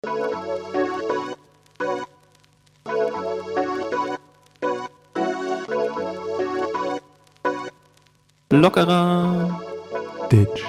Lockerer Ditch.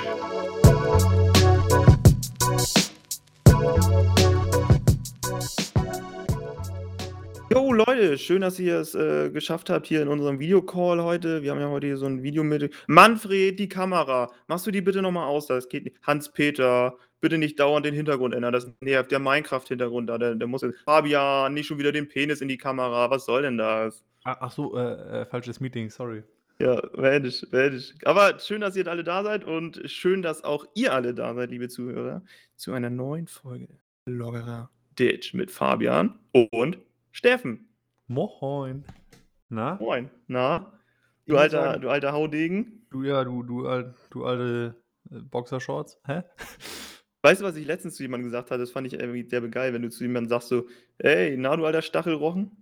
Jo Leute, schön, dass ihr es geschafft habt hier in unserem Videocall heute. Wir haben ja heute hier so ein Video mit Manfred, die Kamera. Machst du die bitte nochmal aus? Das geht nicht. Hans-Peter, bitte nicht dauernd den Hintergrund ändern. Das nervt. Der Minecraft-Hintergrund da, der muss jetzt. Fabian, nicht schon wieder den Penis in die Kamera. Was soll denn das? Ach so, falsches Meeting, sorry. Ja, werde ich. Aber schön, dass ihr alle da seid und schön, dass auch ihr alle da seid, liebe Zuhörer, zu einer neuen Folge Lockerer Ditch mit Fabian und Steffen. Moin. Na? Moin. Na? Ich muss sagen, Du alter Haudegen. du alte Boxershorts. Hä? Weißt du, was ich letztens zu jemandem gesagt habe? Das fand ich irgendwie derbe geil, wenn du zu jemandem sagst so, ey, na, du alter Stachelrochen?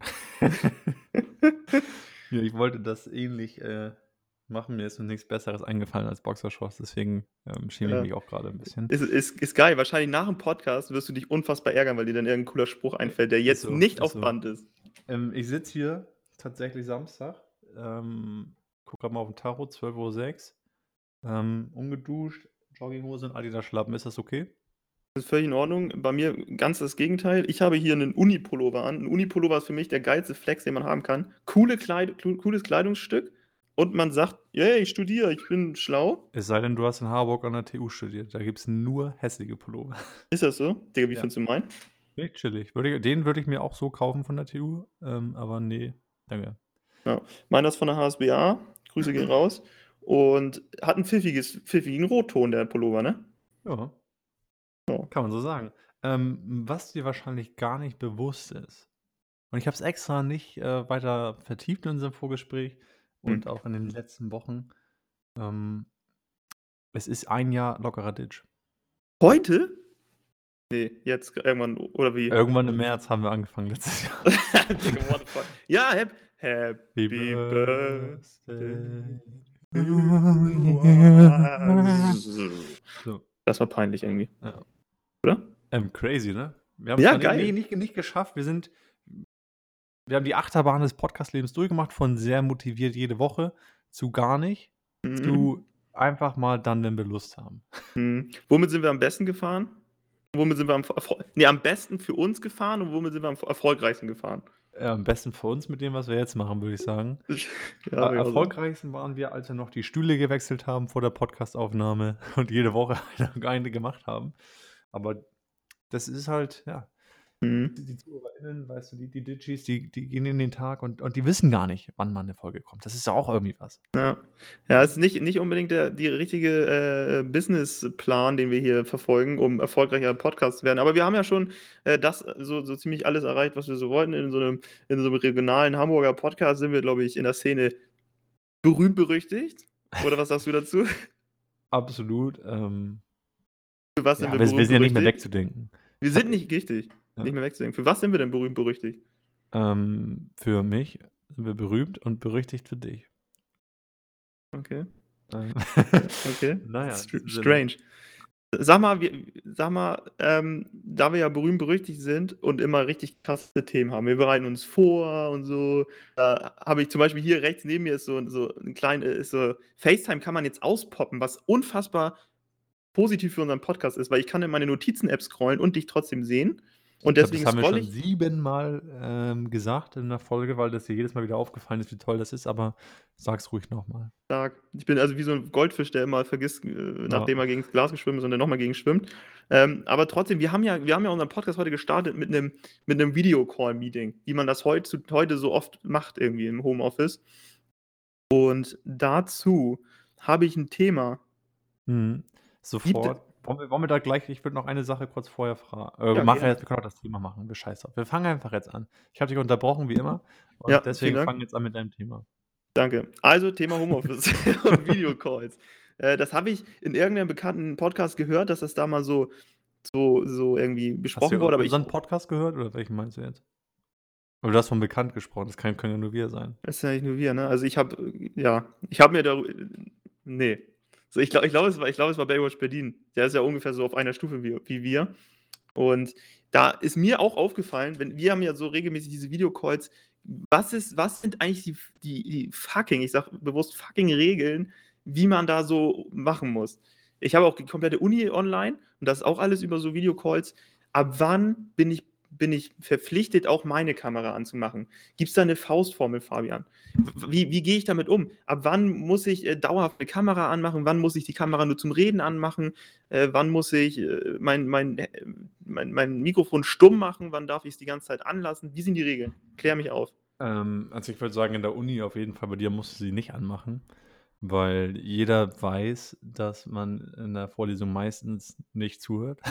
Ja, ich wollte das ähnlich machen. Mir ist mir nichts Besseres eingefallen als Boxershorts, deswegen schäme ich Ja. mich auch gerade ein bisschen. Ist geil. Wahrscheinlich nach dem Podcast wirst du dich unfassbar ärgern, weil dir dann irgendein cooler Spruch einfällt, der jetzt so, nicht ist auf so. Band ist. Ich sitze hier tatsächlich Samstag. Guck gerade mal auf den Tacho, 12:06 Uhr. Ungeduscht, Jogginghose und Adidas-Schlappen. Ist das okay? Das ist völlig in Ordnung. Bei mir ganz das Gegenteil. Ich habe hier einen Uni-Pullover an. Ein Uni-Pullover ist für mich der geilste Flex, den man haben kann. Cooles Kleidungsstück. Und man sagt, yeah, ich studiere, ich bin schlau. Es sei denn, du hast in Harburg an der TU studiert. Da gibt es nur hässliche Pullover. Ist das so? Digga, wie Ja. findest du meinen? Echt chillig. Den würde ich mir auch so kaufen von der TU. Aber nee, danke. Ja. Meiner ist von der HSBA. Grüße gehen raus. Und hat einen pfiffigen Rotton, der Pullover, ne? Ja, Ja. kann man so sagen. Was dir wahrscheinlich gar nicht bewusst ist, und ich habe es extra nicht weiter vertieft in unserem Vorgespräch und auch in den letzten Wochen, es ist ein Jahr lockerer Ditch. Heute? Nee, jetzt irgendwann, oder wie? Irgendwann im März haben wir angefangen letztes Jahr. Digga, what the fuck? Ja, Happy Birthday. So. Das war peinlich irgendwie. Ja. Oder? Crazy, ne? Wir haben Ja, es geil. nicht geschafft. Wir haben die Achterbahn des Podcast-Lebens durchgemacht, von sehr motiviert jede Woche zu gar nicht, zu einfach mal dann, wenn wir Lust haben. Womit sind wir am besten gefahren? Womit sind wir am besten für uns gefahren und womit sind wir am erfolgreichsten gefahren? Am besten für uns mit dem, was wir jetzt machen, würde ich sagen. Ja, Am erfolgreichsten waren wir, als wir noch die Stühle gewechselt haben vor der Podcastaufnahme und jede Woche eine gemacht haben. Aber das ist halt, ja. Die ZuhörerInnen, weißt du, die Ditchies, die gehen in den Tag und die wissen gar nicht, wann mal eine Folge kommt. Das ist ja auch irgendwie was. Ja, es ist nicht unbedingt die richtige Businessplan, den wir hier verfolgen, um erfolgreicher Podcast zu werden. Aber wir haben ja schon das so ziemlich alles erreicht, was wir so wollten. In so einem regionalen Hamburger Podcast sind wir, glaube ich, in der Szene berühmt berüchtigt. Oder was sagst du dazu? Absolut. Für was sind wir wir berühmt sind ja nicht mehr berüchtigt? wegzudenken. Wir sind nicht richtig. Ja. Nicht mehr wegzudenken. Für was sind wir denn berühmt berüchtigt? Für mich sind wir berühmt und berüchtigt für dich. Okay. Okay. Naja. Strange. Sag mal, da wir ja berühmt berüchtigt sind und immer richtig krasse Themen haben, wir bereiten uns vor und so, da habe ich zum Beispiel hier rechts neben mir ist so ein kleines, FaceTime kann man jetzt auspoppen, was unfassbar positiv für unseren Podcast ist, weil ich kann in meine Notizen-App scrollen und dich trotzdem sehen. Und deswegen das haben wir scroll schon ich. 7-mal gesagt in der Folge, weil das dir jedes Mal wieder aufgefallen ist, wie toll das ist, aber sag's ruhig nochmal. Ich bin also wie so ein Goldfisch, der immer vergisst, nachdem er gegen das Glas geschwommen ist und dann nochmal gegen schwimmt. Aber trotzdem, wir haben ja unseren Podcast heute gestartet mit einem Videocall-Meeting, wie man das heute so oft macht irgendwie im Homeoffice. Und dazu habe ich ein Thema. Sofort. Wollen wir da gleich, ich würde noch eine Sache kurz vorher fragen. Ja, Wir gerne. können auch das Thema machen, wir scheiß drauf. Wir fangen einfach jetzt an. Ich habe dich unterbrochen, wie immer. Und Ja, deswegen vielen Dank. fangen wir jetzt an mit deinem Thema. Danke. Also Thema Homeoffice und Videocalls. Das habe ich in irgendeinem bekannten Podcast gehört, dass das da mal so irgendwie besprochen wurde. Hast du unseren Podcast gehört oder welchen meinst du jetzt? Aber du hast von bekannt gesprochen, das können ja nur wir sein. Das ist ja nicht nur wir, ne? Also ich habe mir da. Nee. So, ich glaube, es war Baywatch Berlin. Der ist ja ungefähr so auf einer Stufe wie wir. Und Da ist mir auch aufgefallen, wir haben ja so regelmäßig diese Videocalls, was sind eigentlich die fucking, ich sage bewusst fucking Regeln, wie man da so machen muss? Ich habe auch die komplette Uni online und das ist auch alles über so Videocalls. Ab wann bin ich verpflichtet, auch meine Kamera anzumachen? Gibt's da 'ne Faustformel, Fabian? Wie gehe ich damit um? Ab wann muss ich, dauerhaft eine Kamera anmachen? Wann muss ich die Kamera nur zum Reden anmachen? Wann muss ich, mein Mikrofon stumm machen? Wann darf ich es die ganze Zeit anlassen? Wie sind die Regeln? Klär mich auf. Also, ich würde sagen, in der Uni auf jeden Fall, bei dir musst du sie nicht anmachen, weil jeder weiß, dass man in der Vorlesung meistens nicht zuhört.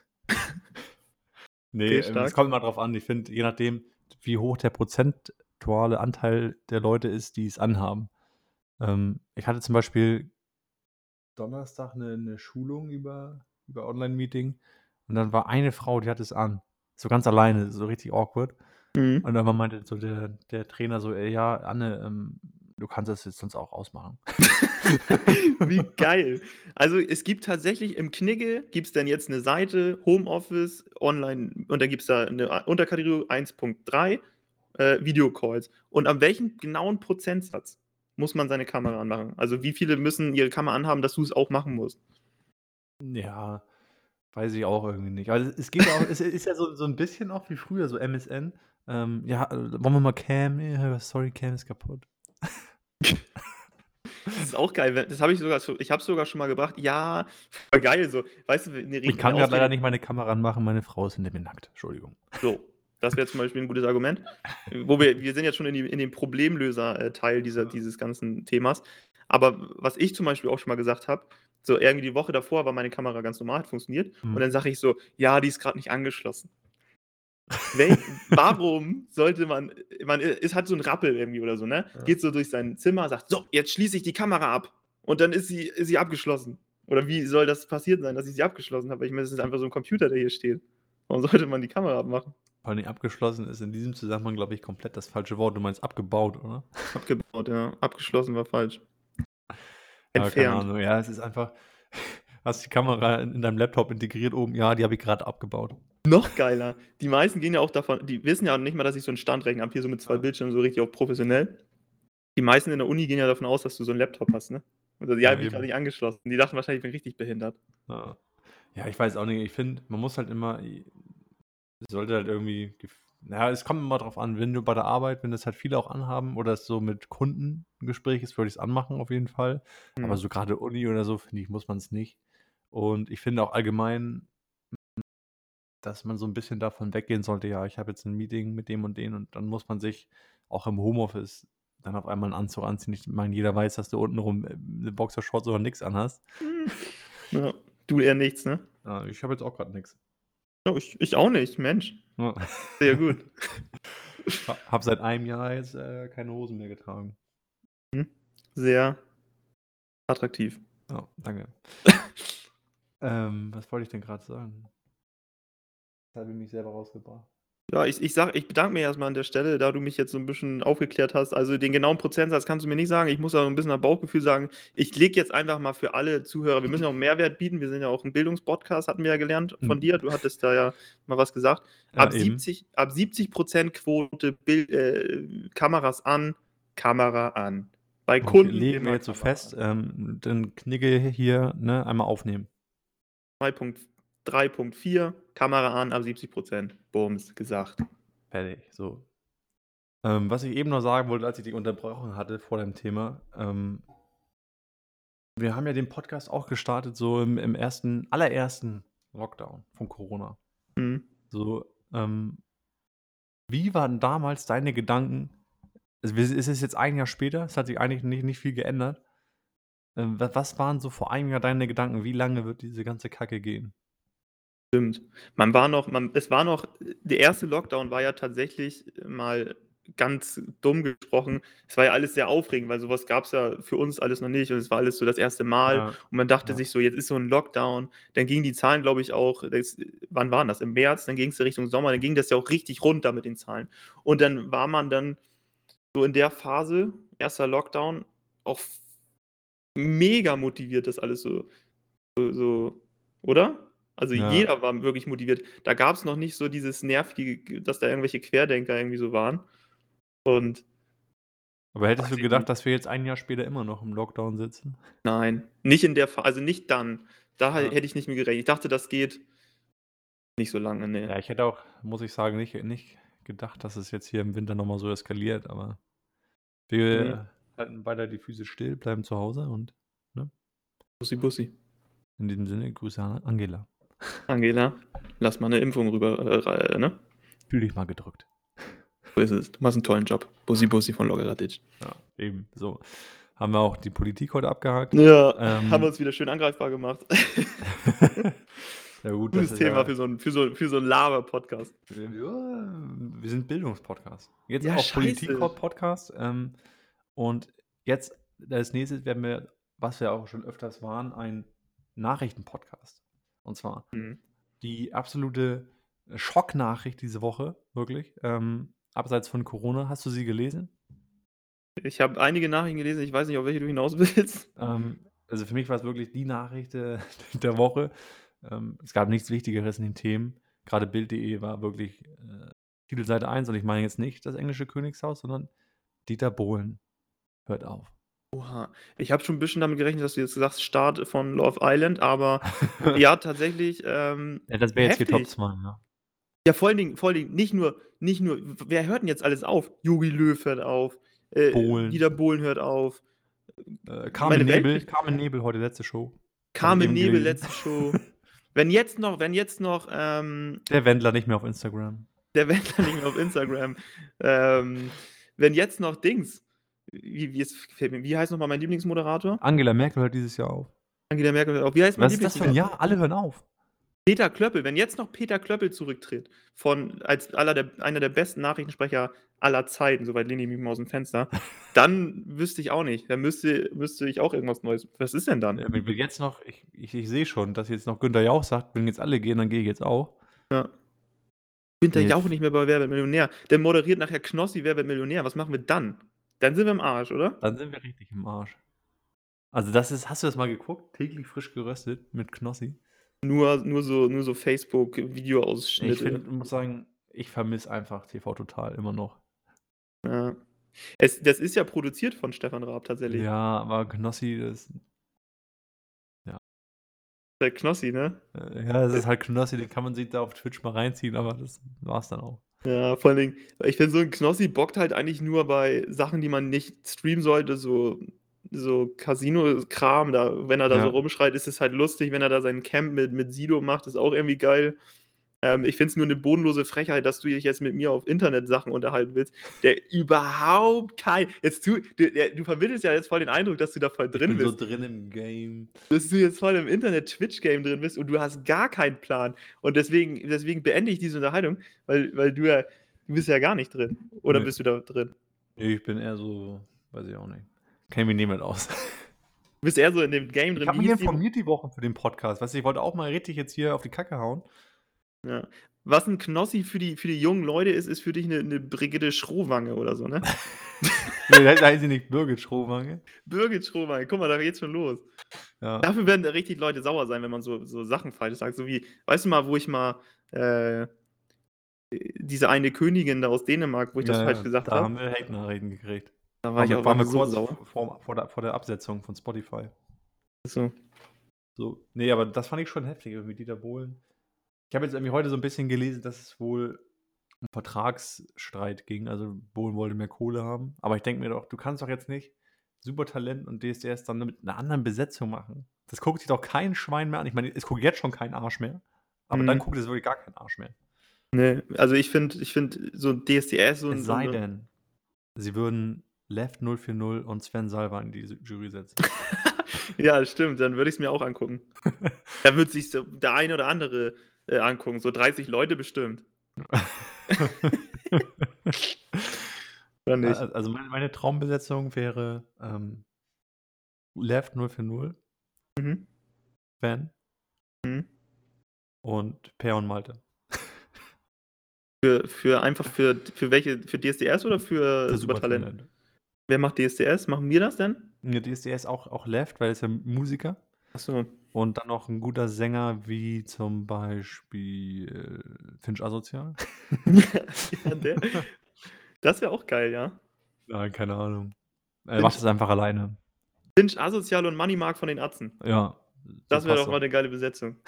Ne, Okay, es stark. kommt immer drauf an. Ich finde, je nachdem, wie hoch der prozentuale Anteil der Leute ist, die es anhaben. Ich hatte zum Beispiel Donnerstag 'ne Schulung über Online-Meeting und dann war eine Frau, die hatte es an. So ganz alleine, so richtig awkward. Mhm. Und dann meinte so der Trainer so: „Ey, ja, Anne, du kannst das jetzt sonst auch ausmachen.“ Wie geil. Also, es gibt tatsächlich im Knigge gibt's dann jetzt 'ne Seite, Homeoffice, online und dann gibt's da 'ne Unterkategorie 1.3, Videocalls. Und an welchem genauen Prozentsatz muss man seine Kamera anmachen? Also, wie viele müssen ihre Kamera anhaben, dass du's auch machen musst? Ja, weiß ich auch irgendwie nicht. Aber es geht ja auch, es ist ja so 'n bisschen auch wie früher, so MSN. „Ja, wollen wir mal Cam?“ „Ja, sorry, Cam ist kaputt.“ Das ist auch geil, das habe ich habe es sogar schon mal gebracht. Ja, voll geil so. Weißt du, 'ne Ich 'ne kann grad leider Ausrede nicht meine Kamera anmachen, meine Frau ist hinter mir nackt. Entschuldigung. so, das wäre zum Beispiel 'n gutes Argument. Wo wir sind jetzt schon in dem Problemlöser, Teil Ja. dieses ganzen Themas. Aber was ich zum Beispiel auch schon mal gesagt habe, so irgendwie die Woche davor war meine Kamera ganz normal, hat funktioniert und Mhm. dann sage ich so: „Ja, die ist grad nicht angeschlossen.“ Warum sollte man es hat so 'n Rappel irgendwie oder so, ne? Ja. Geht so durch sein Zimmer, sagt: „So, jetzt schließe ich die Kamera ab.“ Und dann ist sie abgeschlossen. Oder wie soll das passiert sein, dass ich sie abgeschlossen habe? Ich meine, das ist einfach so 'n Computer, der hier steht. Warum sollte man die Kamera abmachen? Vor allem abgeschlossen ist in diesem Zusammenhang, glaube ich, komplett das falsche Wort. Du meinst abgebaut, oder? Abgebaut, ja. Abgeschlossen war falsch. Ja, keine Entfernt. Ahnung. Ja, es ist einfach, hast die Kamera in deinem Laptop integriert oben? Ja, die habe ich grad abgebaut. Noch geiler. Die meisten gehen ja auch davon die wissen ja nicht mal, dass ich so 'n Standrechner habe, hier so mit 2 Ja, Bildschirmen, so richtig auch professionell. Die meisten in der Uni gehen ja davon aus, dass du so 'n Laptop hast, ne? Und so: „Ja, ja, habe ich grad eben. nicht angeschlossen.“ Die dachten wahrscheinlich, ich bin richtig behindert. Ja. Ja, ich weiß auch nicht. Ich finde, man muss halt immer, sollte halt irgendwie na ja, es kommt immer drauf an, wenn du bei der Arbeit, wenn das halt viele auch anhaben oder es so mit Kunden 'n Gespräch ist, würde ich's anmachen auf jeden Fall. Aber Mhm. so grade Uni oder so, finde ich, muss man's nicht. Und ich finde auch allgemein, dass man so 'n bisschen davon weggehen sollte: „Ja, ich habe jetzt 'n Meeting mit dem und den“, und dann muss man sich auch im Homeoffice dann auf einmal 'n Anzug anziehen. Ich meine, jeder weiß, dass du untenrum, 'ne Boxershorts oder nix anhast. Hm. Ja, du eher nichts, ne? Ich habe jetzt auch grad nix. Ja, ich auch nicht, Mensch. Ja. Sehr gut. Habe seit einem Jahr jetzt, keine Hosen mehr getragen. Mhm. Sehr attraktiv. Ja, danke. Was wollte ich denn grad sagen? Jetzt habe ich mich selber rausgebracht. Ja, ich bedanke mich erst mal an der Stelle, da du mich jetzt so 'n bisschen aufgeklärt hast. Also, den genauen Prozentsatz kannst du mir nicht sagen. Ich muss auch 'n bisschen nach Bauchgefühl sagen. Ich lege jetzt einfach mal für alle Zuhörer wir müssen ja auch 'n Mehrwert bieten. Wir sind ja auch 'n Bildungspodcast, hatten wir ja gelernt von Mhm. dir. Du hattest da ja mal was gesagt. Ja, eben. Ab 70 Quote Kameras an, Kamera an. Bei Okay, Kunden legen wir immer jetzt so Kamera fest, an. den Knigge hier, ne, einmal aufnehmen. 3.3.4 Kamera an, ab 70 Bums, gesagt. Fertig, so. Was ich eben noch sagen wollte, als ich dich unterbrochen hatte vor dem Thema, wir haben ja den Podcast auch gestartet so im allerersten Lockdown von Corona. Mhm. So, wie waren damals deine Gedanken? Also, wir es ist jetzt ein Jahr später, es hat sich eigentlich nicht viel geändert. Was waren so vor einem Jahr deine Gedanken? Wie lange wird diese ganze Kacke gehen? Stimmt. Der erste Lockdown war ja tatsächlich mal ganz dumm gesprochen es war ja alles sehr aufregend, weil so was gab's ja für uns alles noch nicht und es war alles so das erste Mal Ja, und man dachte ja. sich so: „Jetzt ist so 'n Lockdown.“ Dann gingen die Zahlen, glaube ich, auch wann waren das? Im März, dann ging's ja Richtung Sommer, dann ging das ja auch richtig runter mit den Zahlen. Und dann war man dann so in der Phase, erster Lockdown, auch mega motiviert, das alles so oder? Also, Ja. jeder war wirklich motiviert. Da gab's noch nicht so dieses Nervige, dass da irgendwelche Querdenker irgendwie so waren. Und Aber hättest weiß du ich nicht. gedacht, dass wir jetzt ein Jahr später immer noch im Lockdown sitzen? Nein, nicht in der Pha also, nicht dann. Da Ja. hätte ich nicht mit gerechnet. Ich dachte, das geht nicht so lange, ne. Ja, ich hätte auch, muss ich sagen, nicht gedacht, dass es jetzt hier im Winter noch mal so eskaliert, aber Ne, wir halten weiter die Füße still, bleiben zu Hause und, ne, Bussi, Bussi. in diesem Sinne Grüße an Angela. Angela, lass mal 'ne Impfung rüber, ne? Fühl dich mal gedrückt. So ist es. Du machst 'n tollen Job. Bussi, Bussi von Loggeradic. Ja, eben, so. Haben wir auch die Politik heute abgehakt. Ja, haben wir Ähm uns wieder schön angreifbar gemacht. Ja gut, das Gutes ist Thema ja für so 'n Laber-Podcast. wir sind Bildungspodcast. Jetzt Ja, auch scheiße. Politik-Podcast, und jetzt als Nächstes werden wir, was wir auch schon öfters waren, ein Nachrichtenpodcast. Und zwar Mhm. die absolute Schocknachricht diese Woche, wirklich, abseits von Corona. Hast du sie gelesen? Ich habe einige Nachrichten gelesen, ich weiß nicht, auf welche du hinaus willst. Also für mich war es wirklich die Nachricht, der Woche. Es gab nichts Wichtigeres in den Themen. Gerade Bild.de war wirklich, Titelseite 1 und ich meine jetzt nicht das englische Königshaus, sondern Dieter Bohlen hört auf. Oha. Ich habe schon 'n bisschen damit gerechnet, dass du jetzt sagst, Start von Love Island, aber ja, tatsächlich, Ja, das wäre jetzt hier Top heftig. 2, ja. Ja, vor allen Dingen nicht nur wer hört denn jetzt alles auf? Jogi Löw hört auf, Bohlen, Dieter Bohlen hört auf, Carmen meine Welt Nebel bricht Carmen Nebel, heute letzte Show. Habe ich Carmen eben Nebel, gelesen. letzte Show. Wenn jetzt noch, Der Wendler nicht mehr auf Instagram. der Wendler nicht mehr auf Instagram, ähm, wenn jetzt noch Dings, wie heißt noch mal mein Lieblingsmoderator? Angela Merkel hört dieses Jahr auf. Angela Merkel hört auf. Wie heißt mein Was ist das für 'n Lieblingsmoderator? Jahr? Alle hören auf. Peter Klöppel. Wenn jetzt noch Peter Klöppel zurücktritt von als einer der besten Nachrichtensprecher aller Zeiten, so weit lehne ich mich mal aus'm Fenster, dann wüsste ich auch nicht. Dann müsste ich auch irgendwas Neues, was ist denn dann? Wenn jetzt noch, ich sehe schon, dass jetzt noch Günther Jauch sagt: „Wenn jetzt alle gehen, dann gehe ich jetzt auch." Ja. Günther Ne, Jauch nicht mehr bei „Wer wird Millionär?" Der moderiert nachher Knossi „Wer wird Millionär?" Was machen wir dann? Dann sind wir im Arsch, oder? dann sind wir richtig im Arsch. Also, das ist, hast du das mal geguckt? Täglich frisch geröstet mit Knossi? Nur so Ich Facebook-Videoausschnitte. finde, muss sagen, ich vermisse einfach TV Total immer noch. Ja. Das ist ja produziert von Stefan Raab tatsächlich. Ja, aber Knossi, das, ja. Der Knossi, ne? Ja, es Äh, ist halt Knossi, den kann man sich da auf Twitch mal reinziehen, aber das war's dann auch. ja, vor allen Dingen, ich finde, so 'n Knossi bockt halt eigentlich nur bei Sachen, die man nicht streamen sollte, so Casino-Kram, da wenn er da so Ja. rumschreit, ist es halt lustig, wenn er da sein Camp mit Sido macht, ist auch irgendwie geil. Ich finde es nur 'ne bodenlose Frechheit, dass du dich jetzt mit mir auf Internetsachen unterhalten willst, der überhaupt du vermittelst ja jetzt voll den Eindruck, dass du da voll Ich drin bin so bist, drin im Game. dass du jetzt voll im Internet-Twitch-Game drin bist und du hast gar keinen Plan. Und deswegen beende ich diese Unterhaltung, weil du bist ja gar nicht drin. Oder Ne, bist du da drin? ich bin eher so, weiß ich auch nicht. Kenne mich nicht mit aus. Du bist eher so in dem Game Ich drin. habe Wie mich hieß die informiert die Woche für den Podcast. Weißt du, ich wollte auch mal richtig jetzt hier auf die Kacke hauen. ja. Was 'n Knossi für die jungen Leute ist für dich 'ne Brigitte Schrowange oder so, ne? Ne, da heißt sie nicht Birgit Schrowange. Birgit Schrowange, guck mal, da geht's schon los. Ja. Dafür werden da richtig Leute sauer sein, wenn man so Sachen Falsches sagt, so wie weißt du mal, wo ich mal, äh, diese eine Königin da aus Dänemark, wo ich das Ja, falsch ja, gesagt da habe? haben wir Hate-Nachrichten gekriegt. Da war ich auch Waren wir so kurz sauer. vor der Absetzung von Spotify. So. So, ne, aber das fand ich schon heftig irgendwie, Dieter Bohlen. Ich habe jetzt irgendwie heute so 'n bisschen gelesen, dass es wohl um Vertragsstreit ging. Also, Bohlen wollte mehr Kohle haben. Aber ich denke mir doch, du kannst doch jetzt nicht Supertalent und DSDS dann mit 'ner anderen Besetzung machen. Das guckt sich doch kein Schwein mehr an. Ich meine, es guckt jetzt schon kein Arsch mehr, aber dann Mhm. guckt es wirklich gar kein Arsch mehr. Ne, also ich finde so DSDS Es sei denn, sie würden Left 040 und Sven Salva in die Jury setzen. ja, stimmt, dann würde ich's mir auch angucken. Da wird sich so der eine oder andere, angucken, so 30 Leute bestimmt. Oder Ja, nicht? also meine Traumbesetzung wäre, Left 040, Mhm. Sven Mhm. und Per und Malte. Für welche für DSDS oder für Für Supertalent? Supertalent. Wer macht DSDS? Machen wir das denn? Ja, DSDS auch Left, weil er ist ja Musiker. Ach so. Und dann noch 'n guter Sänger wie zum Beispiel Finch Asozial? Ja, das wäre auch geil, ja. Nein, keine Ahnung. Er macht Finch das einfach alleine. Finch Asozial und Money Mark von den Atzen. Ja, so Das wäre passt doch mal doch. 'ne geile Besetzung.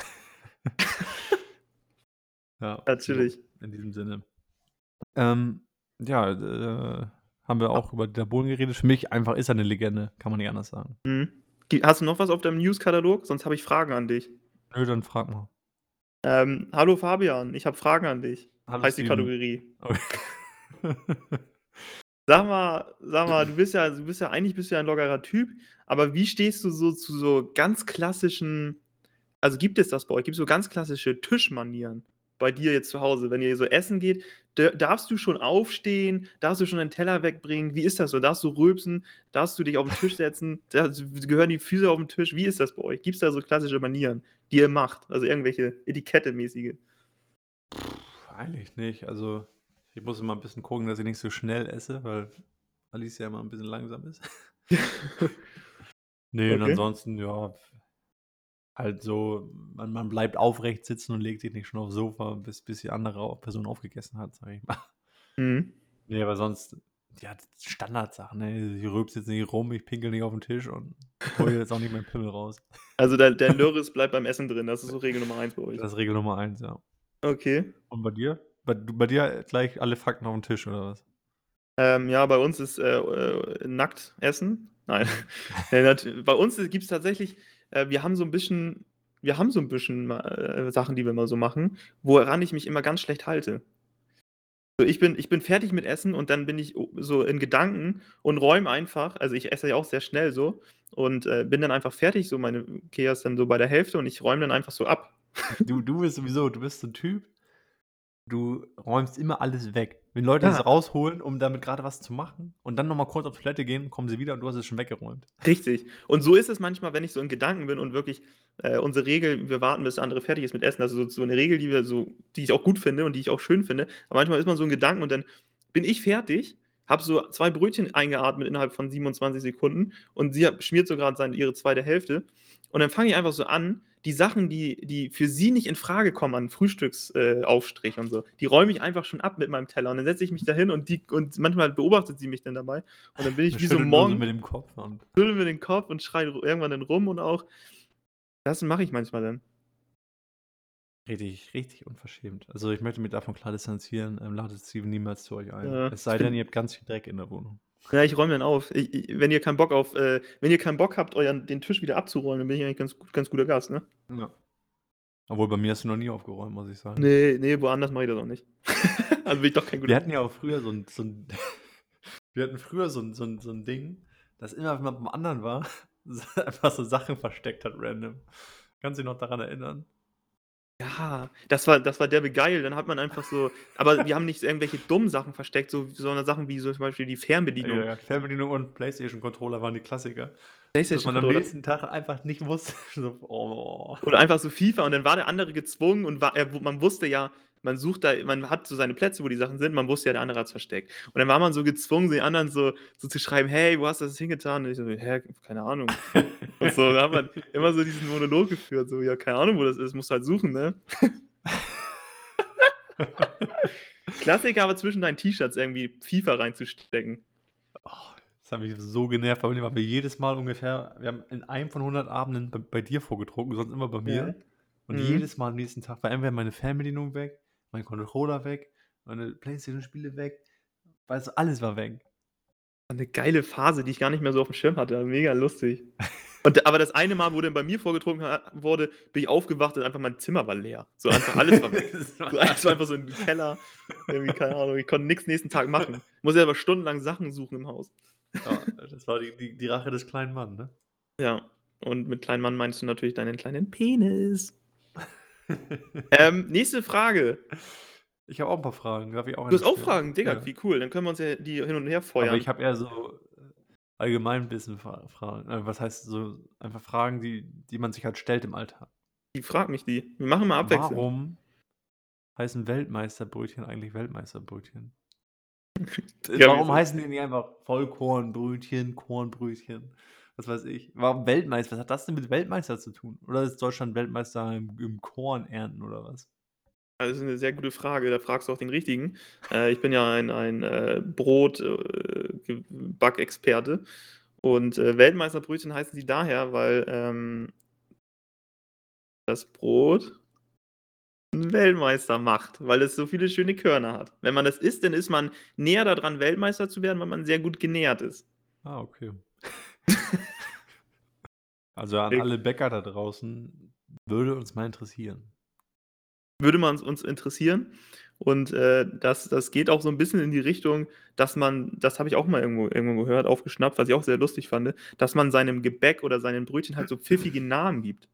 Ja, so Natürlich. in diesem Sinne. Ähm, ja, haben wir auch über Dieter Bohlen geredet. Für mich einfach ist er 'ne Legende, kann man nicht anders sagen. Mhm. Gi Hast du noch was auf deinem News-Katalog? Sonst habe ich Fragen an dich. Nö, dann frag mal. „Hallo Fabian, ich habe Fragen an dich“, Hallo heißt die Steven. Kategorie. Okay. Sag mal, du bist ja eigentlich bist du ja 'n lockerer Typ, aber wie stehst du so zu so ganz klassischen, also, gibt es das bei euch? Gibt's so ganz klassische Tischmanieren bei dir jetzt zu Hause, wenn ihr so essen geht? Darfst du schon aufstehen? Darfst du schon deinen Teller wegbringen? Wie ist das so? Darfst du rülpsen? Darfst du dich auf 'n Tisch setzen? Gehören die Füße auf 'n Tisch? Wie ist das bei euch? Gibt's da so klassische Manieren, die ihr macht? Also, irgendwelche Etikette-mäßige? Eigentlich nicht. Also, ich muss immer 'n bisschen gucken, dass ich nicht so schnell esse, weil Alicia immer 'n bisschen langsam ist. Ne, und Okay. ansonsten, ja, halt so, man bleibt aufrecht sitzen und legt sich nicht schon aufs Sofa, bis die andere Person aufgegessen hat, sage ich mal. Mhm. Ne, aber sonst, ja, Standardsachen, ne? Ich rülpse jetzt nicht rum, ich pinkel nicht auf 'n Tisch und hole jetzt auch nicht meinen Pimmel raus. Also, dein Lörres bleibt beim Essen drin. Das ist so Regel Nummer 1 bei euch. Das ist Regel Nummer 1, ja. Okay. Und bei dir? Bei dir gleich alle Fakten auf 'n Tisch oder was? Ja, bei uns ist, nackt essen. Nein. Mhm. Ne, bei uns gibt's tatsächlich, wir haben so 'n bisschen Sachen, die wir immer so machen, woran ich mich immer ganz schlecht halte. So, ich bin fertig mit Essen und dann bin ich so in Gedanken und räume einfach, also, ich esse ja auch sehr schnell so und, bin dann einfach fertig, so meine Ikea ist dann so bei der Hälfte und ich räume dann einfach so ab. Du bist so 'n Typ. Du räumst immer alles weg. Wenn Leute Ja. es rausholen, um damit grade was zu machen und dann noch mal kurz auf Toilette gehen, kommen sie wieder und du hast es schon weggeräumt. Richtig. Und so ist es manchmal, wenn ich so in Gedanken bin und wirklich, unsere Regel, wir warten, bis der andere fertig ist mit Essen, also so 'ne Regel, die ich auch gut finde und die ich auch schön finde. Aber manchmal ist man so in Gedanken und dann bin ich fertig, habe so 2 Brötchen eingeatmet innerhalb von 27 Sekunden und sie schmiert so grad ihre zweite Hälfte. Und dann fange ich einfach so an, die Sachen, die für sie nicht infrage kommen an Frühstücks Aufstrich und so, die räume ich einfach schon ab mit meinem Teller. Und dann setze ich mich da hin und manchmal beobachtet sie mich dann dabei und dann bin ich Er wie so schüttelt nur so Monk, mit dem Kopf und schüttel mir den Kopf und schreie irgendwann dann rum und auch das mache ich manchmal dann. richtig, richtig unverschämt. Also, ich möchte mich davon klar distanzieren, ladet Steven niemals zu euch ein. Ja, Es ich sei denn, bin ihr habt ganz viel Dreck in der Wohnung. ja, ich räume dann auf. Wenn ihr keinen Bock habt, euren den Tisch wieder abzuräumen, dann bin ich eigentlich ganz guter Gast, ne? Ja. Obwohl, bei mir hast du noch nie aufgeräumt, muss ich sagen. Ne, ne, woanders mache ich das auch nicht. Also, bin ich doch kein Wir guter hatten ja auch früher so 'n wir hatten früher so 'n Ding, dass immer, wenn man beim anderen war, einfach so Sachen versteckt hat random. Kannst du dich noch daran erinnern? ja, das war derbe geil. Dann hat man einfach so, aber wir haben nicht so irgendwelche dummen Sachen versteckt, sondern Sachen wie so zum Beispiel die Ja, Fernbedienung. ja, Fernbedienung und PlayStation-Controller waren die Klassiker. Dass man am PlayStation-Controller nächsten Tag einfach nicht wusste, so: „Oh." oder einfach so FIFA und dann war der andere gezwungen und man wusste ja, man hat so seine Plätze, wo die Sachen sind, man wusste ja, der andere hat's versteckt. Und dann war man so gezwungen, den anderen so zu schreiben: „Hey, wo hast du das hingetan?“ Und ich so: „Hä, keine Ahnung.“ Und so, da hat man immer so diesen Monolog geführt, so: „Ja, keine Ahnung, wo das ist, musst du halt suchen, ne?“ Klassiker aber zwischen deinen T-Shirts irgendwie FIFA reinzustecken. Oh, das hat mich so genervt, vor allem, weil wir haben in einem von 100 Abenden bei dir vorgetrunken, sonst immer bei Ja. mir. Und Mhm. jedes Mal am nächsten Tag war entweder meine Fernbedienung weg, mein Controller weg, meine PlayStation-Spiele weg, weißt du, alles war weg. 'Ne geile Phase, die ich gar nicht mehr so aufm Schirm hatte, mega lustig. Aber das eine Mal, wo dann bei mir vorgetrunken wurde, bin ich aufgewacht und einfach mein Zimmer war leer. So einfach alles war weg. Das So alles war war einfach so im Keller, irgendwie, keine Ahnung, ich konnte nix nächsten Tag machen. Muss ja aber stundenlang Sachen suchen im Haus. ja, das war die Rache des kleinen Mann, ne? Ja, und mit kleinem Mann meinst du natürlich deinen kleinen Penis. Nächste Frage. Ich habe auch 'n paar Fragen. Darf ich auch Du eine hast auch stellen? Fragen? Digga, Ja. wie cool. Dann können wir uns ja die hin und her Aber feuern. ich habe eher so Allgemeinwissen Fragen. Was heißt so einfach Fragen, die man sich halt stellt im Alltag. Frag mich die. Wir machen mal abwechselnd. Warum heißen Weltmeisterbrötchen eigentlich Weltmeisterbrötchen? Digga, Warum heißen die nicht einfach Vollkornbrötchen, Kornbrötchen? was weiß ich. Warum Weltmeister? Was hat das denn mit Weltmeister zu tun? Oder ist Deutschland Weltmeister im Korn ernten oder was? Also, das ist 'ne sehr gute Frage, da fragst du auch den Richtigen. Ich bin ja ein Brot Ge Backexperte und, Weltmeisterbrötchen heißen sie daher, weil, das Brot 'n Weltmeister macht, weil es so viele schöne Körner hat. Wenn man das isst, dann ist man näher da dran, Weltmeister zu werden, weil man sehr gut genährt ist. Ah, okay. Also, an alle Bäcker da draußen, würde uns mal interessieren. Würde man uns interessieren. Und, das geht auch so 'n bisschen in die Richtung, dass man das habe ich auch mal irgendwo gehört, aufgeschnappt, was ich auch sehr lustig fand, dass man seinem Gebäck oder seinen Brötchen halt so pfiffige Namen gibt.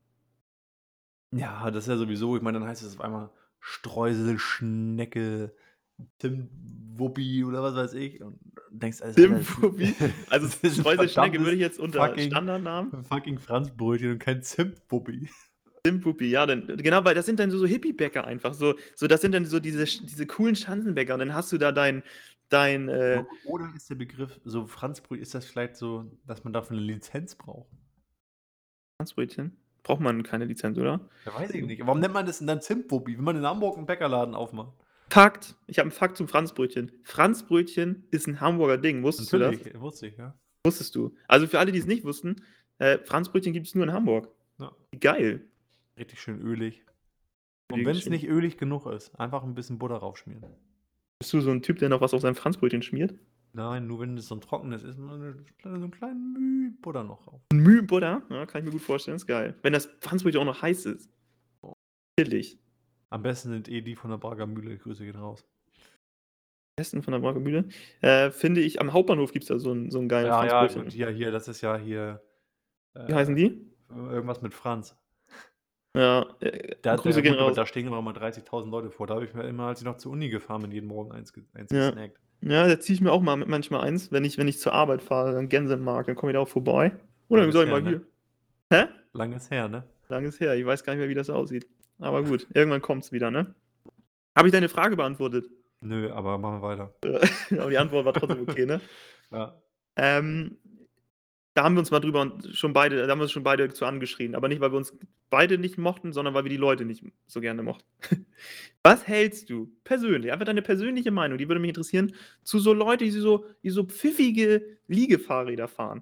Ja, das ist ja sowieso, ich meine, dann heißt es auf einmal Streusel, Schnecke, Zimtwuppi oder was weiß ich und denkst: „Alter, das Dimwuppi, also das ist 'n Streuselschnecke würde verdammtes ich jetzt unter fucking Standardnamen Franzbrötchen und kein Zimtwuppi.“ Dimwuppi, ja, dann genau, weil das sind dann so Hippie-Bäcker einfach, so das sind dann so diese coolen Schanzenbäcker und dann hast du da dein, Aber gut, oder ist der Begriff so Franzbrö ist das vielleicht so, dass man dafür 'ne Lizenz braucht? Franzbrötchen? Braucht man keine Lizenz, oder? Ja, weiß ich nicht. Warum nennt man das denn dann Zimtwuppi, wenn man in Hamburg 'n Bäckerladen aufmacht? Fakt, ich habe 'n Fakt zum Franzbrötchen. Franzbrötchen ist 'n Hamburger Ding. Wusstest du das? Natürlich, wusste ich, ja. Wusstest du. Also, für alle, die's nicht wussten, Franzbrötchen gibt's nur in Hamburg. Ja, Wie geil. richtig schön ölig. Und wenn's Geschehen. nicht ölig genug ist, einfach 'n bisschen Butter raufschmieren. Bist du so 'n Typ, der noch was auf sein Franzbrötchen schmiert? Nein, nur wenn es so 'n trockenes ist, nur so 'n kleinen Müh Butter noch rauf. 'N Müh Butter? Ja, kann ich mir gut vorstellen, ist geil. Wenn das Franzbrötchen auch noch heiß ist. Chillig. Am besten sind die von der Barger Mühle. Grüße gehen raus. Essen von der Barger Mühle. Finde ich am Hauptbahnhof gibt's da so 'n geilen Ja, ja, gut, Franzbrötchen. hier, das ist ja hier, Wie heißen die? irgendwas mit Franz. Ja, Da Grüße gehen gut, aber raus. da stehen immer mal 30.000 Leute vor. Da habe ich mir immer, als ich noch zur Uni gefahren bin, jeden Morgen eins Ja. gesnackt. Ja, da ziehe ich mir auch mal manchmal eins, wenn ich zur Arbeit fahre, dann Gänsemarkt, dann komme ich da auch vorbei. Oder Lang dann ist sage ich her, mal ne? hier. Hä? Lang ist her, ne? Lang ist her, ich weiß gar nicht mehr, wie das aussieht. Aber gut, irgendwann kommt's wieder, ne? Habe ich deine Frage beantwortet? Nö, aber machen wir weiter. Aber die Antwort war trotzdem okay, ne? Ja. Ähm, Da haben wir uns mal drüber und schon beide da haben wir uns schon beide zu angeschrien, aber nicht, weil wir uns beide nicht mochten, sondern weil wir die Leute nicht so gerne mochten. Was hältst du persönlich, einfach deine persönliche Meinung, die würde mich interessieren, zu so Leute, die so pfiffige Liegefahrräder fahren?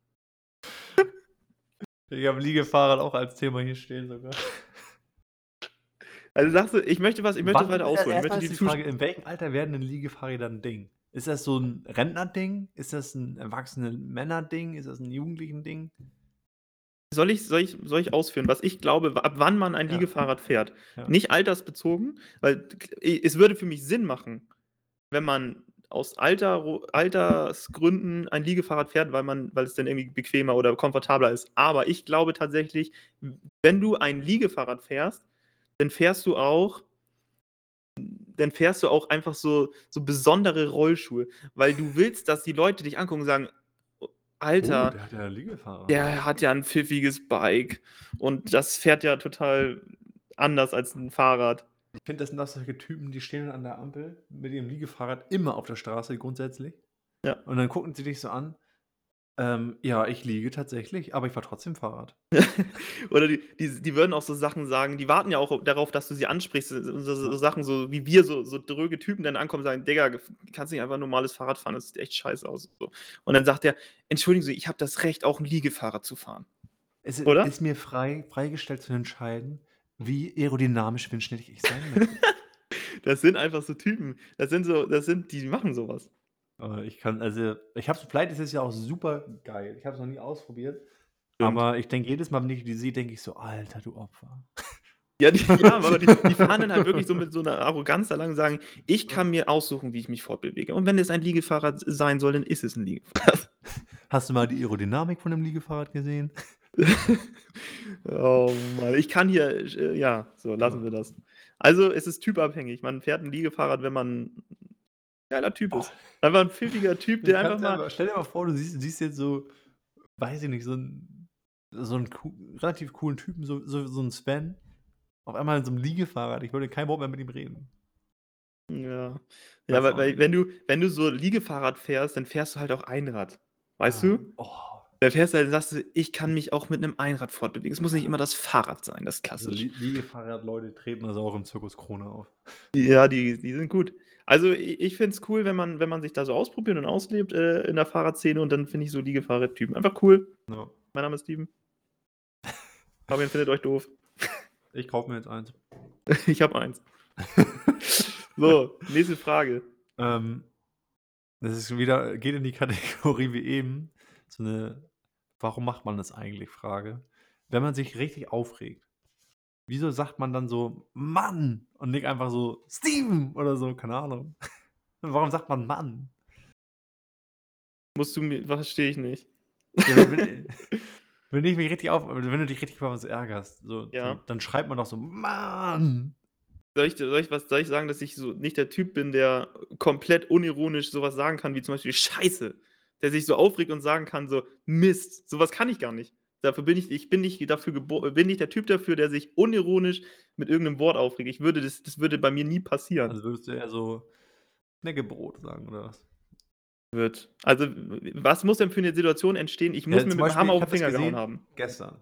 Ich habe Liegefahrrad auch als Thema hier stehen sogar. Also sagst du, ich möchte weiter ausholen. Ich erst möchte ist die die Zusch Frage, in welchem Alter werden denn Liegefahrräder 'n Ding? Ist das so 'n Rentnerding? Ist das 'n Erwachsene-Männer-Ding? Ist das 'n Jugendlichen-Ding? soll ich ausführen, was ich glaube, ab wann man ein Ja, Liegefahrrad fährt? ja. Nicht altersbezogen, weil es würde für mich Sinn machen, wenn man aus Altersgründen ein Liegefahrrad fährt, weil es dann irgendwie bequemer oder komfortabler ist. Aber ich glaube tatsächlich, wenn du ein Liegefahrrad fährst, dann fährst du auch dann fährst du auch einfach so besondere Rollschuhe, weil du willst, dass die Leute dich angucken und sagen: „Oh, Oh, Alter, der hat ja Liegefahrrad. der hat ja 'n pfiffiges Bike und das fährt ja total anders als 'n Fahrrad.“ Ich finde, das sind auch solche Typen, die stehen dann an der Ampel mit ihrem Liegefahrrad immer auf der Straße grundsätzlich Ja. und dann gucken sie dich so an: ja, ich liege tatsächlich, aber ich fahre trotzdem Fahrrad.“ Oder die würden auch so Sachen sagen, die warten ja auch darauf, dass du sie ansprichst, so Ja. Sachen, so wie wir, so dröge Typen dann ankommen und sagen: „Digga, kannst nicht einfach 'n normales Fahrrad fahren, das sieht echt scheiße aus“, so. Und dann sagt der: „Entschuldigen Sie, ich habe das Recht, auch 'n Liegefahrrad zu fahren“, Es oder? ist mir freigestellt zu entscheiden, wie aerodynamisch windschnittig ich sein möchte. Das sind einfach so Typen. Die machen so was. Ich habe es vielleicht ist es ja auch super geil. Ich habe es noch nie ausprobiert, Stimmt. aber ich denke jedes Mal, wenn ich die sehe, denke ich so: „Alter, du Opfer.“ Ja, ja, aber die fahren dann halt wirklich so mit so 'ner Arroganz da lang und sagen: „Ich Ja. kann mir aussuchen, wie ich mich fortbewege. Und wenn es ein Liegefahrrad sein soll, dann ist es 'n Liegefahrrad.“ Hast du mal die Aerodynamik von 'nem Liegefahrrad gesehen? Oh Mann, ich kann hier ja, so, lassen wir Ja. das. Also, es ist typabhängig. Man fährt 'n Liegefahrrad, wenn man 'n geiler Typ Oh, ist. Einfach 'n pfiffiger Typ, du der einfach kannst ja mal mal stell dir mal vor, du siehst jetzt so, weiß ich nicht, so 'n relativ coolen Typen, so 'n Sven, auf einmal in so 'nem Liegefahrrad. Ich würde kein Wort mehr mit ihm reden. ja. Ich Ja, weiß weil auch weil nicht. wenn du so Liegefahrrad fährst, dann fährst du halt auch Einrad. Weißt Ja. du? Oh. Da fährst du halt und sagst du: „Ich kann mich auch mit 'nem Einrad fortbewegen. Es muss nicht immer das Fahrrad sein, das Also, klassisch.“ Liegefahrradleute treten also auch im Zirkus Krone auf. Ja, die sind gut. Also, ich finde es cool, wenn man sich da so ausprobiert und auslebt, in der Fahrradszene und dann finde ich so Liegefahrradtypen einfach cool. Ja. Mein Name ist Steven. Fabian findet euch doof. Ich kaufe mir jetzt eins. Ich habe eins. So, nächste Frage. Ähm, Das ist wieder geht in die Kategorie wie eben, so 'ne „Warum macht man das eigentlich?" Frage. Wenn man sich richtig aufregt, wieso sagt man dann so: „Mann" und nicht einfach so: „Steven" oder so, keine Ahnung. Warum sagt man „Mann"? Musst du mir verstehe ich nicht. Ja, wenn ich mich richtig wenn du dich richtig über was ärgerst, so, Ja. dann schreibt man doch so: „Mann." Soll ich sagen, dass ich so nicht der Typ bin, der komplett unironisch so was sagen kann, wie zum Beispiel „Scheiße“, der sich so aufregt und sagen kann so: „Mist“, so was kann ich gar nicht. Dafür bin nicht der Typ dafür, der sich unironisch mit irgend 'nem Wort aufregt. Das würde bei mir nie passieren. Also, würdest du eher so Knäckebrot sagen oder was? Also, was muss denn für 'ne Situation entstehen? Ich muss Ja, mir zum mit 'm Beispiel, Hammer ich auf 'n habe das Finger gehauen gesehen haben. gestern.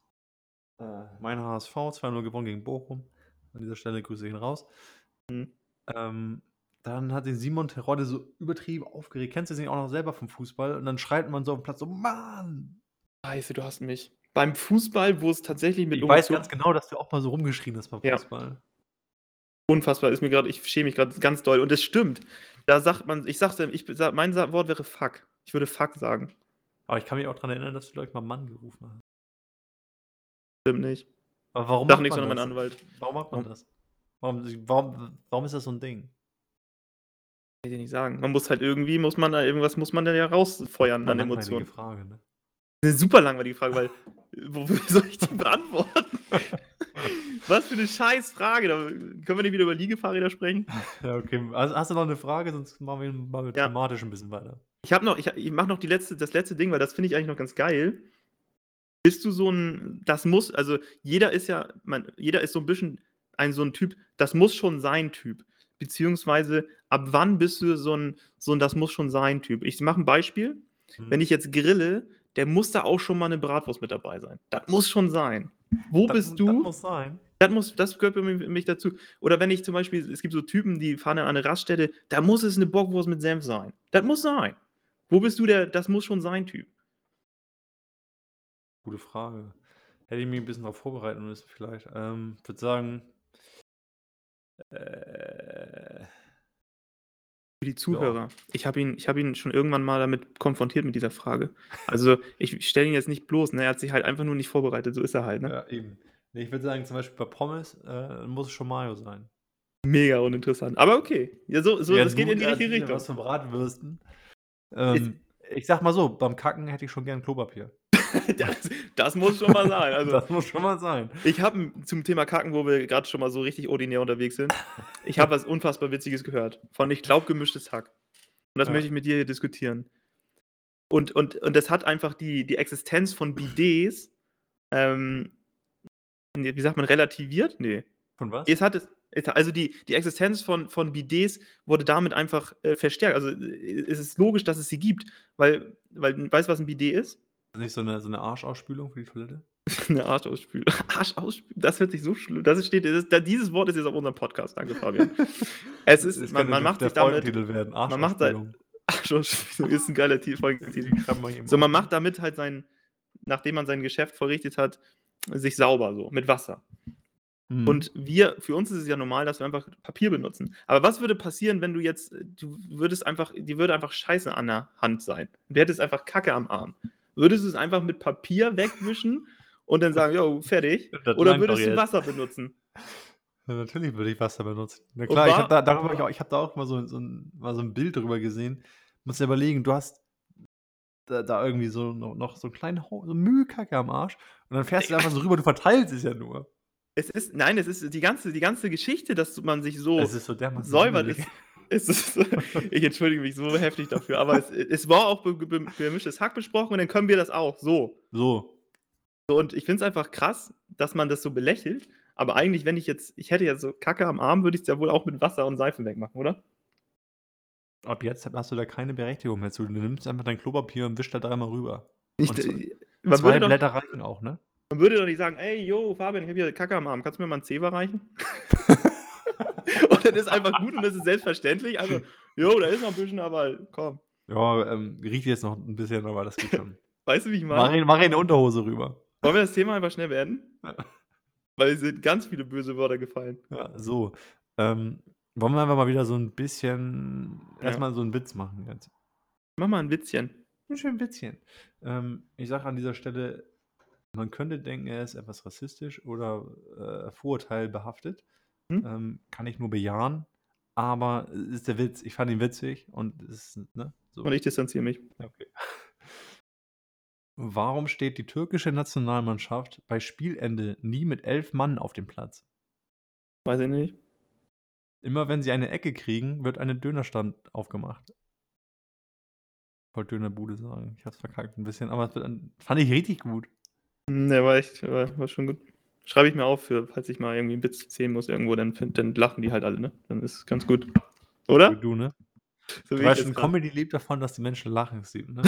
Mein HSV 2:0 gewonnen gegen Bochum. An dieser Stelle Grüße gehen raus. Mhm. Ähm, Dann hat den Simon Terodde so übertrieben aufgeregt. Kennst du den auch noch selber vom Fußball? Und dann schreit man so aufm Platz so: „Mann!" Scheiße, du hast mich. Beim Fußball, wo es tatsächlich mit Ich weiß Emotionen ganz genau, dass du auch mal so rumgeschrien hast beim ja. Fußball. Unfassbar, ich schäme mich grad ganz doll und es stimmt. Da sagt man ich sage ich sa mein Sa Wort wäre Fuck. Ich würde Fuck sagen. Aber ich kann mich auch dran erinnern, dass du, glaube ich, mal Mann gerufen hast. Stimmt nicht. Aber warum Sag macht nix, man sondern mein das? Anwalt. Warum macht man Warum? das? Warum ist das so 'n Ding? Kann ich dir nicht sagen. Man muss halt irgendwie muss man da ja rausfeuern Super an langweilige Emotionen. Frage, ne? 'Ne super langweilige Frage, weil wofür soll ich die beantworten? Was für 'ne Scheißfrage. Da können wir nicht wieder über Liegefahrräder sprechen? Ja, okay. Hast du noch 'ne Frage? Sonst machen wir Ja. thematisch 'n bisschen weiter. Ich mache noch das letzte Ding, weil das finde ich eigentlich noch ganz geil. Bist du so 'n das muss also, jeder ist so 'n bisschen so 'n Typ, das muss schon sein Typ. Beziehungsweise ab wann bist du so 'n das muss schon sein Typ? Ich mache 'n Beispiel. Wenn Mhm. ich jetzt grille, der muss da auch schon mal 'ne Bratwurst mit dabei sein. Das muss schon sein. Wo bist Das du? muss sein. Das gehört für mich dazu. Oder wenn ich zum Beispiel es gibt so Typen, die fahren dann an 'ne Raststätte, da muss es 'ne Bockwurst mit Senf sein. Das muss sein. Wo bist du der das muss schon sein Typ? Gute Frage. Hätte ich mich 'n bisschen drauf vorbereiten müssen vielleicht. Würde sagen, äh, Für die ja. Zuhörer. Ich habe ihn schon irgendwann mal damit konfrontiert mit dieser Frage. Also, ich stelle ihn jetzt nicht bloß, ne? Er hat sich halt einfach nur nicht vorbereitet, so ist er halt, ne? Ja, eben. Ne, ich würde sagen, zum Beispiel bei Pommes, muss es schon Mayo sein. Mega uninteressant. Aber okay. Ja, Ja, das geht du, in die da richtige erzählst mir Richtung. was von Bratwürsten. Ist Ich sage mal so, beim Kacken hätte ich schon gern Klopapier. das muss schon mal sein. Also, Das muss schon mal sein. ich habe zum Thema Kacken, wo wir grad schon mal so richtig ordinär unterwegs sind ich habe was unfassbar Witziges gehört von ich glaube, Gemischtes Hack. Und das möchte Ja. ich mit dir hier diskutieren. Und das hat einfach die Existenz von Bidets, ähm, wie sagt man, relativiert? Ne. Von was? Es hat es also die Existenz von Bidets wurde damit einfach, verstärkt. Also, es ist logisch, dass es sie gibt, weil weißt du, was 'n Bidet ist? Nicht so 'ne Arschausspülung für die Toilette? 'Ne Arschausspül Arschausspül das hört sich so schlimm dieses Wort ist jetzt auf unserem Podcast. Danke, Fabian. Es ist Das könnte man macht der sich damit Folgentitel werden, man macht sei Arschausspülung. Arschausspülung ist 'n geiler Folgentitel. Den schreiben wir eben So, auf, man ne? macht damit halt nachdem man sein Geschäft vollrichtet hat, sich sauber so mit Wasser. Mhm. Und für uns ist es ja normal, dass wir einfach Papier benutzen. Aber was würde passieren, wenn du würdest einfach dir würde einfach Scheiße an der Hand sein. Du hättest einfach Kacke am Arm. Würdest du es einfach mit Papier wegwischen und dann sagen: „Jo, fertig?“ Das Oder langt doch würdest du jetzt. Wasser benutzen? Ja, natürlich würde ich Wasser benutzen. Na Und klar, war ich habe da auch mal so 'n Bild drüber gesehen. Musst dir überlegen, du hast da irgendwie so noch so 'n kleinen Hau so Mühkacke am Arsch und dann fährst du einfach so rüber, du verteilst es ja nur. es ist die ganze Geschichte, dass man sich Es so ist so dermaßen säubert, widerlich. ist ich entschuldige mich so heftig dafür, aber es war auch gemischtes Hack besprochen und dann können wir das auch, so. So, So, und ich finde es einfach krass, dass man das so belächelt, aber eigentlich, ich hätte ja so Kacke am Arm, würde ich's ja wohl auch mit Wasser und Seife wegmachen, oder? ab jetzt hast du da keine Berechtigung mehr zu. Du nimmst einfach dein Klopapier und wischst da dreimal rüber. Ich, Und man 2 würde doch, Blätter reichen auch, ne? man würde doch nicht sagen, ey, yo, Fabian, ich habe hier Kacke am Arm, kannst du mir mal einen Zewa reichen? Und dann ist einfach gut und das ist selbstverständlich. Also, jo, da ist noch ein bisschen, aber komm. Ja, riecht jetzt noch 'n bisschen, aber das geht schon. Weißt du, wie ich meine? Mach in 'ne Unterhose rüber. Wollen wir das Thema einfach schnell beenden? Ja. Weil es sind ganz viele böse Wörter gefallen. Ja, so. Wollen wir einfach mal wieder so 'n bisschen erst Ja. mal so 'n Witz machen jetzt? Mach mal 'n Witzchen. 'N schönen Witzchen. Ich sage an dieser Stelle, man könnte denken, er ist etwas rassistisch oder, vorurteilbehaftet. Mhm. Kann ich nur bejahen, aber ist der Witz. Ich fand ihn witzig und es ist ne, Und so. ich distanziere mich. Okay. Warum steht die türkische Nationalmannschaft bei Spielende nie mit 11 Mann auf dem Platz? Weiß ich nicht. Immer wenn sie eine Ecke kriegen, wird eine Dönerstand aufgemacht. Wollte Dönerbude sagen. Ich habe es verkackt 'n bisschen, aber es wird dann fand ich richtig gut. Der war echt war schon gut. Schreibe ich mir auf für falls ich mal irgendwie 'n Witz erzählen muss irgendwo, dann lachen die halt alle, ne? Dann ist es ganz gut. So wie Oder? du, ne? So Du wie ich weißt jetzt schon, grad. Comedy lebt davon, dass die Menschen lachen, Steven, ne?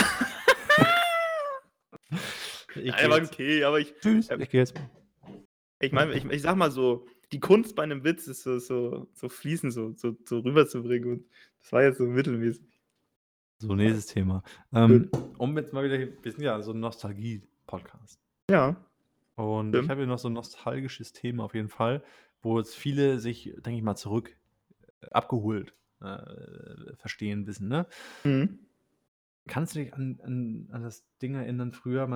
Ja, Ich er gehe war jetzt. okay, aber Tschüss, ähm, ich gehe jetzt. ich meine, ich sage mal so, die Kunst bei 'nem Witz ist so fließend so rüberzubringen und das war jetzt so mittelmäßig. So, nächstes Thema. Gut. Um jetzt mal wieder wir sind ja so 'n Nostalgie-Podcast. Ja, Und ich stimmt. habe hier noch so 'n nostalgisches Thema auf jeden Fall, wo jetzt viele sich, denke ich mal, zurück abgeholt, verstehen, wissen, ne? Mhm. Kannst du dich an das Ding erinnern, früher,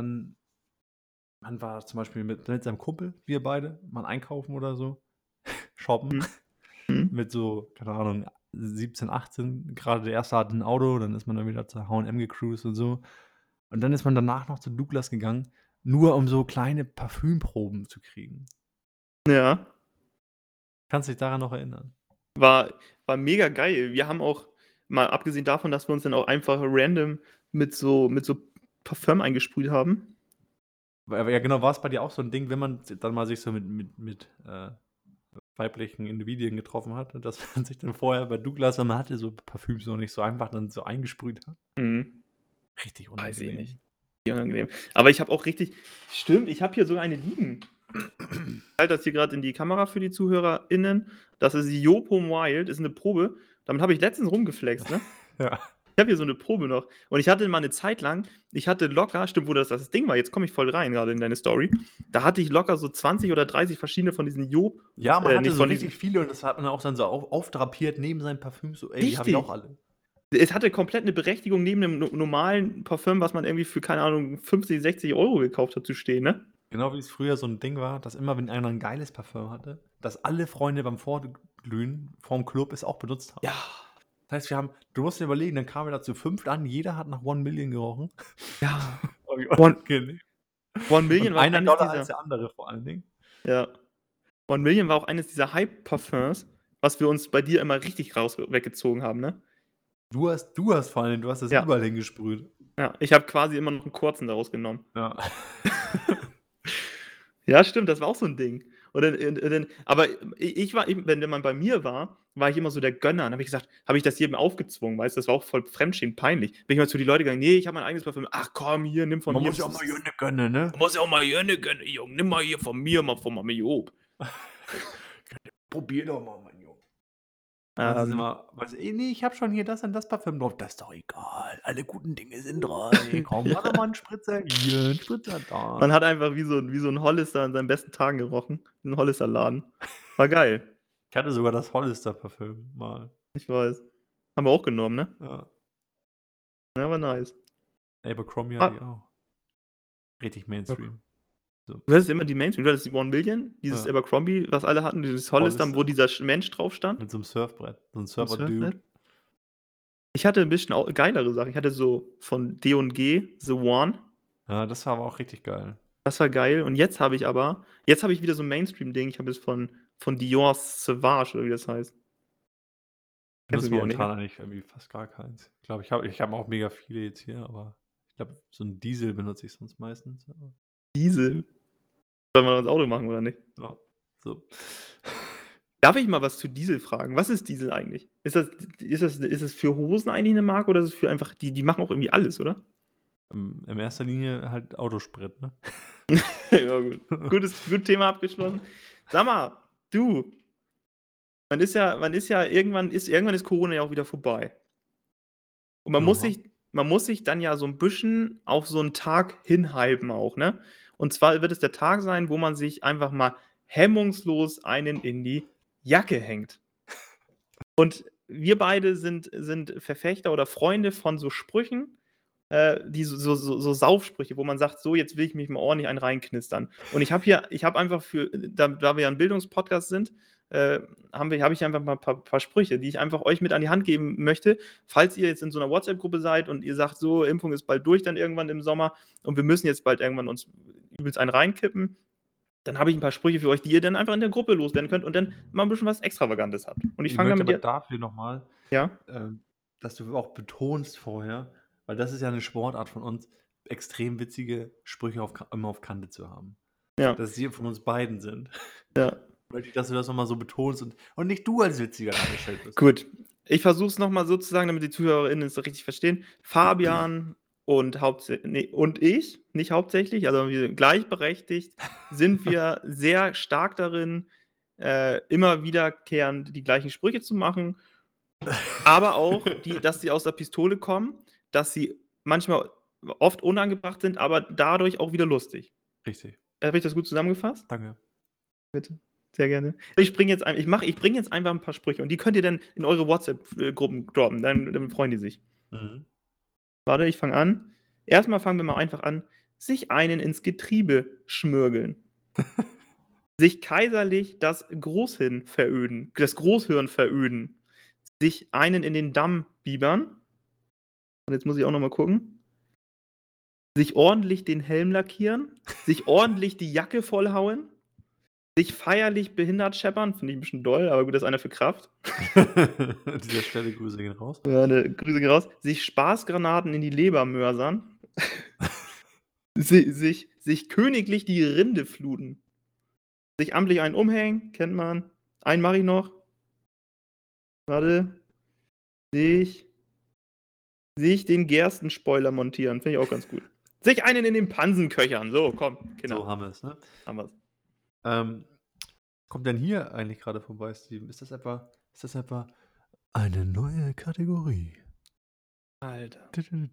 man war zum Beispiel mit seinem Kumpel, wir beide, mal einkaufen oder so, shoppen Mhm. Mhm. mit so, keine Ahnung, 17, 18, grade der Erste hatte 'n Auto, dann ist man dann wieder zu H&M gecruised und so. Und dann ist man danach noch zu Douglas gegangen, nur um so kleine Parfümproben zu kriegen. Ja, Kannst du dich daran noch erinnern? war war mega geil. Wir haben auch mal abgesehen davon, dass wir uns dann auch einfach random mit so Parfüm eingesprüht haben. Ja genau, war's bei dir auch so 'n Ding, wenn man dann mal sich so mit weiblichen Individuen getroffen hat und dass man sich dann vorher bei Douglas und man hatte so Parfüms noch nicht so einfach dann so eingesprüht hat? Mhm. Richtig Weiß ich unangenehm. nicht. Wie unangenehm. Aber ich habe auch richtig stimmt, ich habe hier sogar eine liegen. Ich halte das hier grad in die Kamera für die ZuhörerInnen. Das ist Yopom Wild, ist 'ne Probe. Damit habe ich letztens rumgeflext, ne? Ja. Ich habe hier so 'ne Probe noch. Und ich hatte mal 'ne Zeit lang ich hatte locker stimmt, wo das Ding war, jetzt komme ich voll rein grade in deine Story. Da hatte ich locker so 20 oder 30 verschiedene von diesen Ja, man hatte nicht so von diesen richtig viele und das hat man auch dann so aufdrapiert neben seinen Parfüms so: „Ey, die habe ich auch richtig. alle.“ Es hatte komplett 'ne Berechtigung, neben 'nem normalen Parfüm, was man irgendwie für, keine Ahnung, 50, 60 € gekauft hat, zu stehen, ne? Genau wie es früher so 'n Ding war, dass immer, wenn einer 'n geiles Parfüm hatte, dass alle Freunde beim Vorglühen vorm Club es auch benutzt haben. Ja. Das heißt, du musst dir überlegen, dann kamen wir da zu 5 an, jeder hat nach One Million gerochen. Ja. Oh, wie One unangenehm. One Million Und war auch einer eines doller als dieser der andere vor allen Dingen. ja. One Million war auch eines dieser Hype-Parfums, was wir uns bei dir immer richtig weggezogen haben, ne? Du hast vor allen Dingen, du hast das Ja, überall hingesprüht. ja. Ich habe quasi immer noch 'n kurzen daraus genommen. Ja. Ja, stimmt, das war auch so 'n Ding. Und dann aber ich war eben wenn man bei mir war, war ich immer so der Gönner. Dann habe ich gesagt habe ich das jedem aufgezwungen, weißt du? Das war auch voll fremdschämend peinlich. Bin ich mal zu die Leute gegangen: „Ne, ich habe mein eigenes Parfüm.“ „Ach komm, hier, nimm von Man mir.“ muss ja auch mal Jönne gönnen, ne? „Muss ja auch mal Jönne gönnen, Junge. Nimm mal hier von mir, mal von Mami Job.“ Probier doch mal, mein Junge. Und das ist Ähm, immer: „Was ne, ich habe schon hier das und das Parfüm drauf.“ „Das ist doch egal. Alle guten Dinge sind 3. Komm, mach doch mal 'n Spritzer hier, 'n Spritzer da.“ man hat einfach wie so 'n Hollister in seinen besten Tagen gerochen, in 'n Hollisterladen. War geil. Ich hatte sogar das Hollister Parfüm mal. Ich weiß. Haben wir auch genommen, ne? Ja. Ja, war nice. Abercrombie hatte ich Ah, auch. Richtig Mainstream. So, du hattest immer die Mainstream, du hattest die One Million, dieses ja. Abercrombie, was alle hatten, dieses Hollister, wo Hollister dieser Mensch drauf stand, mit so 'nem Surfbrett, so 'n im Surfbrett. Surfer-Dude. Ich hatte 'n bisschen au geilere Sachen. Ich hatte so von D&G The One, Ja, das war aber auch richtig geil. das war geil. Und jetzt habe ich wieder so 'n Mainstream-Ding. Ich habe jetzt von Dior Sauvage oder wie das heißt. Ich Kennst du benutze wieder nicht, ne? momentan eigentlich irgendwie fast gar keins. Ich glaube, ich habe auch mega viele jetzt hier, aber ich glaube, so 'n Diesel benutze ich sonst meistens, aber Diesel. Sollen wir das Auto machen oder nicht? ja, so. Darf ich mal was zu Diesel fragen? Was ist Diesel eigentlich? Ist das für Hosen eigentlich 'ne Marke oder ist es für einfach die machen auch irgendwie alles, oder? In erster Linie halt Autosprit, ne? Ja, gut. Gutes Thema abgeschlossen. Sag mal, du, man ist ja irgendwann ist Corona ja auch wieder vorbei. Und Ja. man muss sich dann ja so ein bisschen auf so einen Tag hinhypen auch, ne? Und zwar wird es der Tag sein, wo man sich einfach mal hemmungslos einen in die Jacke hängt. Und wir beide sind Verfechter oder Freunde von so Sprüchen, die so Saufsprüche, wo man sagt: „So, jetzt will ich mich mal ordentlich einen reinknistern.“ Und ich habe einfach da wir ja 'n Bildungspodcast sind, habe ich einfach mal paar Sprüche, die ich einfach euch mit an die Hand geben möchte, falls ihr jetzt in so einer WhatsApp-Gruppe seid und ihr sagt: „So, Impfung ist bald durch dann irgendwann im Sommer und wir müssen jetzt bald irgendwann uns übelst einen reinkippen.“ Dann habe ich ein paar Sprüche für euch, die ihr dann einfach in der Gruppe loswerden könnt und dann mal ein bisschen was Extravagantes habt. Und ich Ich fange dann möchte mit aber dir. dafür nochmal, Ja? dass du auch betonst vorher, weil das ist ja eine Sportart von uns, extrem witzige Sprüche immer auf Kante zu haben. Ja, Dass sie von uns beiden sind. ja. Möchte ich, dass du das noch mal so betonst und nicht du als Witziger dargestellt wirst. Gut. Ich versuche es noch mal so zu sagen, damit die ZuhörerInnen es richtig verstehen. Fabian und ich, nicht hauptsächlich, also wir gleichberechtigt, sind wir sehr stark darin, immer wiederkehrend die gleichen Sprüche zu machen, aber auch dass sie aus der Pistole kommen, dass sie manchmal oft unangebracht sind, aber dadurch auch wieder lustig. Richtig, Habe ich das gut zusammengefasst? danke. Bitte. Sehr gerne. Ich bringe jetzt einfach ein paar Sprüche und die könnt ihr dann in eure WhatsApp-Gruppen droppen, dann freuen die sich. Mhm. Warte, ich fange an. Erstmal fangen wir mal einfach an. Sich einen ins Getriebe schmürgeln. Sich kaiserlich das Großhirn veröden. Sich einen in den Damm biebern. Und jetzt muss ich auch noch mal gucken. Sich ordentlich den Helm lackieren. Sich ordentlich die Jacke vollhauen. Sich feierlich behindert scheppern. Finde ich ein bisschen doll, aber gut, das ist einer für Kraft. An dieser Stelle Grüße gehen raus. Ja, Grüße gehen raus. Sich Spaßgranaten in die Leber mörsern. Sich königlich die Rinde fluten. Sich amtlich einen umhängen, kennt man. Einen mache ich noch. Warte. Sich, sich den Gerstenspoiler montieren. Finde ich auch ganz gut. Sich einen in den Pansen köchern. So, komm, Kinder. So haben wir es, ne? Haben wir's. Kommt denn hier eigentlich gerade vorbei, Steven? Ist das etwa eine neue Kategorie? Alter.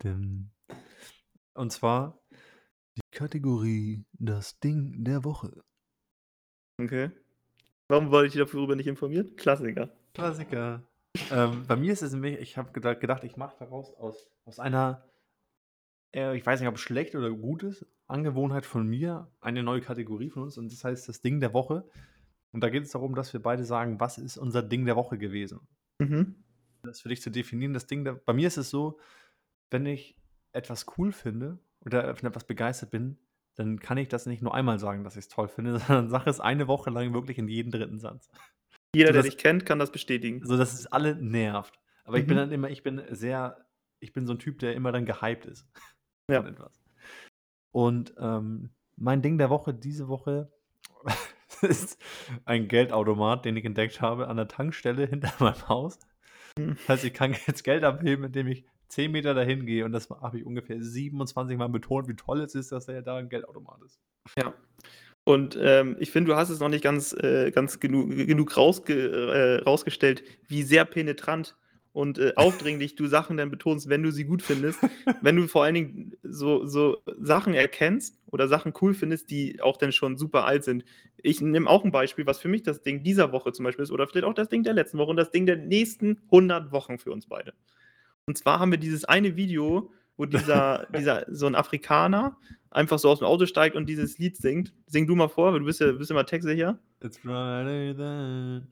Und zwar die Kategorie Das Ding der Woche. Okay. Warum wurde ich darüber nicht informiert? Klassiker. Klassiker. Bei mir ist es nämlich, ich habe gedacht, ich mache daraus aus einer, ich weiß nicht, ob es schlecht oder gut ist, Angewohnheit von mir, eine neue Kategorie von uns und das heißt das Ding der Woche. Und da geht es darum, dass wir beide sagen, was ist unser Ding der Woche gewesen? Mhm. Das für dich zu definieren, bei mir ist es so, wenn ich etwas cool finde oder von etwas begeistert bin, dann kann ich das nicht nur einmal sagen, dass ich es toll finde, sondern sage es eine Woche lang wirklich in jeden dritten Satz. Jeder, der Sodass dich kennt, kann das bestätigen. sodass es alle nervt. Aber ich bin Mhm. dann immer ich bin so ein Typ, der immer dann gehypt ist von Ja. etwas. Und, mein Ding der Woche diese Woche ist ein Geldautomat, den ich entdeckt habe an der Tankstelle hinter meinem Haus. Mhm. Das heißt, ich kann jetzt Geld abheben, indem ich 10 Meter dahin gehe und das habe ich ungefähr 27 Mal betont, wie toll es ist, dass da ein Geldautomat ist. Ja. Und ich finde, du hast es noch nicht ganz genug rausgestellt, wie sehr penetrant und aufdringlich du Sachen dann betonst, wenn du sie gut findest. Wenn du vor allen Dingen so Sachen erkennst oder Sachen cool findest, die auch dann schon super alt sind. Ich nehme auch ein Beispiel, was für mich das Ding dieser Woche zum Beispiel ist oder vielleicht auch das Ding der letzten Woche und das Ding der nächsten 100 Wochen für uns beide. Und zwar haben wir dieses eine Video, wo dieser so ein Afrikaner einfach so aus dem Auto steigt und dieses Lied singt. Sing du mal vor, weil du bist ja mal textsicher. It's Friday then.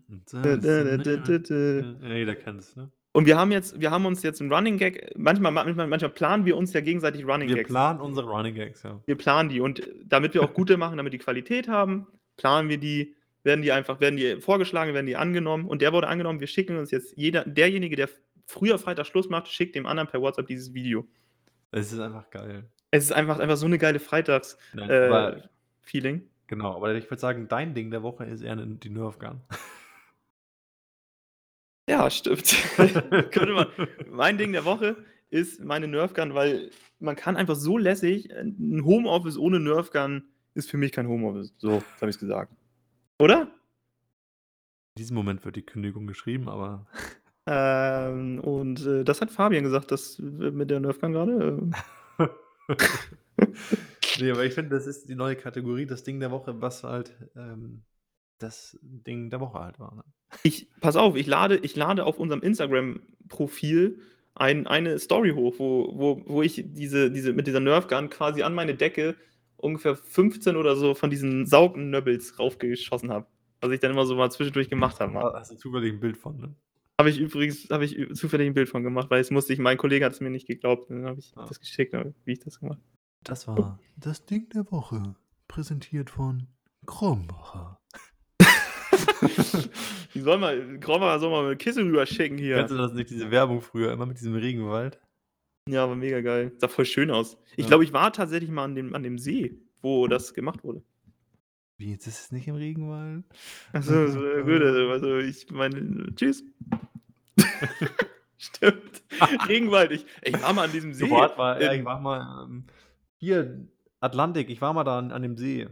Ja, jeder kennt es, ne? Und wir haben uns jetzt 'n Running Gag manchmal planen wir uns ja gegenseitig Running Wir Gags. planen unsere Running Gags, ja. Wir planen die und damit wir auch gute machen, damit die Qualität haben, planen wir die, werden die vorgeschlagen, werden die angenommen und der wurde angenommen. Wir schicken uns jetzt derjenige, der früher Freitag Schluss macht, schickt dem anderen per WhatsApp dieses Video. Es ist einfach geil. Es ist einfach so 'ne geile Freitags Nein, aber Feeling. genau, aber ich würde sagen, dein Ding der Woche ist eher die Nerf Gun. Ja, stimmt. Könnte man Mein Ding der Woche ist meine Nerfgun, weil man kann einfach so lässig, ein Homeoffice ohne Nerfgun ist für mich kein Homeoffice. So, jetzt habe ich's gesagt. Oder? In diesem Moment wird die Kündigung geschrieben, aber Das hat Fabian gesagt, das mit der Nerfgun gerade. Ne, aber ich finde, das ist die neue Kategorie, das Ding der Woche, was halt, das Ding der Woche halt war, ne? Pass auf, ich lade auf unserem Instagram-Profil eine Story hoch, wo ich diese mit dieser Nerfgun quasi an meine Decke ungefähr 15 oder so von diesen Saugnöbbels raufgeschossen habe. Was ich dann immer so mal zwischendurch gemacht habe. Da hast du zufällig 'n Bild von, ne? Habe ich zufällig ein Bild von gemacht, weil mein Kollege hat es mir nicht geglaubt. Dann habe ich Ja. das geschickt, wie ich das gemacht habe. Das war das Ding der Woche, präsentiert von Krombacher. Krombacher soll mal 'ne Kiste rüberschicken hier. Kennst du das nicht, diese Werbung früher, immer mit diesem Regenwald? Ja, war mega geil. Sah voll schön aus. Ich Ja. glaube, ich war tatsächlich mal an dem See, wo das gemacht wurde. Wie, jetzt ist es nicht im Regenwald? Ach so, gut, also ich meine tschüss. Stimmt. Regenwald, ich war mal an diesem See. Ich war mal, hier, Atlantik, ich war mal da an dem See.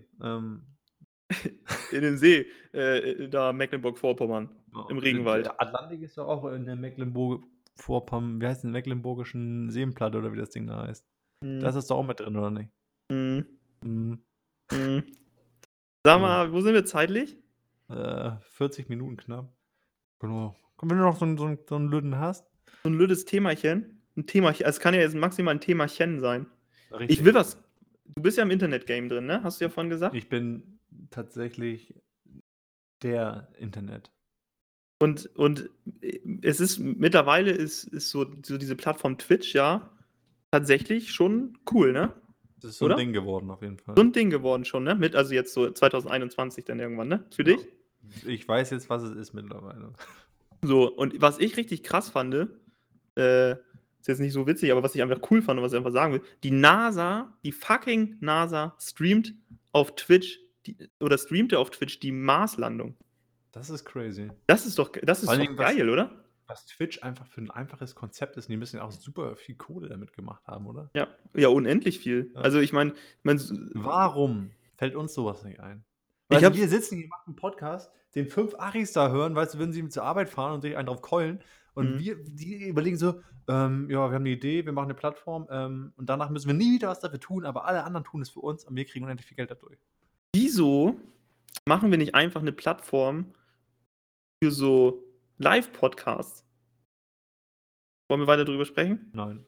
In dem See, da Mecklenburg-Vorpommern, im Regenwald. Der Atlantik ist doch auch in der Mecklenburg-Vorpommern, wie heißt denn, Mecklenburgischen Seenplatte oder wie das Ding da heißt. Da ist Mhm. das doch auch mit drin, oder nicht? Mhm. Mhm. Mhm. Sag So. mal, wo sind wir zeitlich? 40 Minuten knapp. Genau. Und wenn du noch so 'n Lütten hast? So 'n blödes Themachen. 'N Themachen, also es kann ja jetzt maximal 'n Themachen sein. Ich Richtig. will was Du bist ja im Internet-Game drin, ne? Hast du ja vorhin gesagt. Ich bin tatsächlich der Internet. Und es ist mittlerweile ist so diese Plattform Twitch, ja, tatsächlich schon cool, ne? Das ist so 'n Oder? Ding geworden auf jeden Fall. So 'n Ding geworden schon, ne? Also jetzt so 2021 dann irgendwann, ne? Für dich? Ich weiß jetzt, was es ist mittlerweile. So, und was ich richtig krass fand, ist jetzt nicht so witzig, aber was ich einfach cool fand und was ich einfach sagen will, die fucking NASA streamte auf Twitch die Marslandung. Das ist crazy. Das ist doch Vor allen Dingen, geil, oder? was Twitch einfach für 'n einfaches Konzept ist, und die müssen ja auch super viel Kohle damit gemacht haben, oder? Ja, ja, unendlich viel. Ja. Also, ich meine, Warum fällt uns so was nicht ein? Ich Also, habe wir sitzen hier, machen 'n Podcast, den 5 Achis da hören, weißt du, wenn sie zur Arbeit fahren und sich einen drauf keulen, und die überlegen so: „Ja, wir haben 'ne Idee, wir machen 'ne Plattform, und danach müssen wir nie wieder was dafür tun, aber alle anderen tun es für uns und wir kriegen unendlich viel Geld dadurch." wieso machen wir nicht einfach 'ne Plattform für so Live-Podcasts? Wollen wir weiter drüber sprechen? Nein.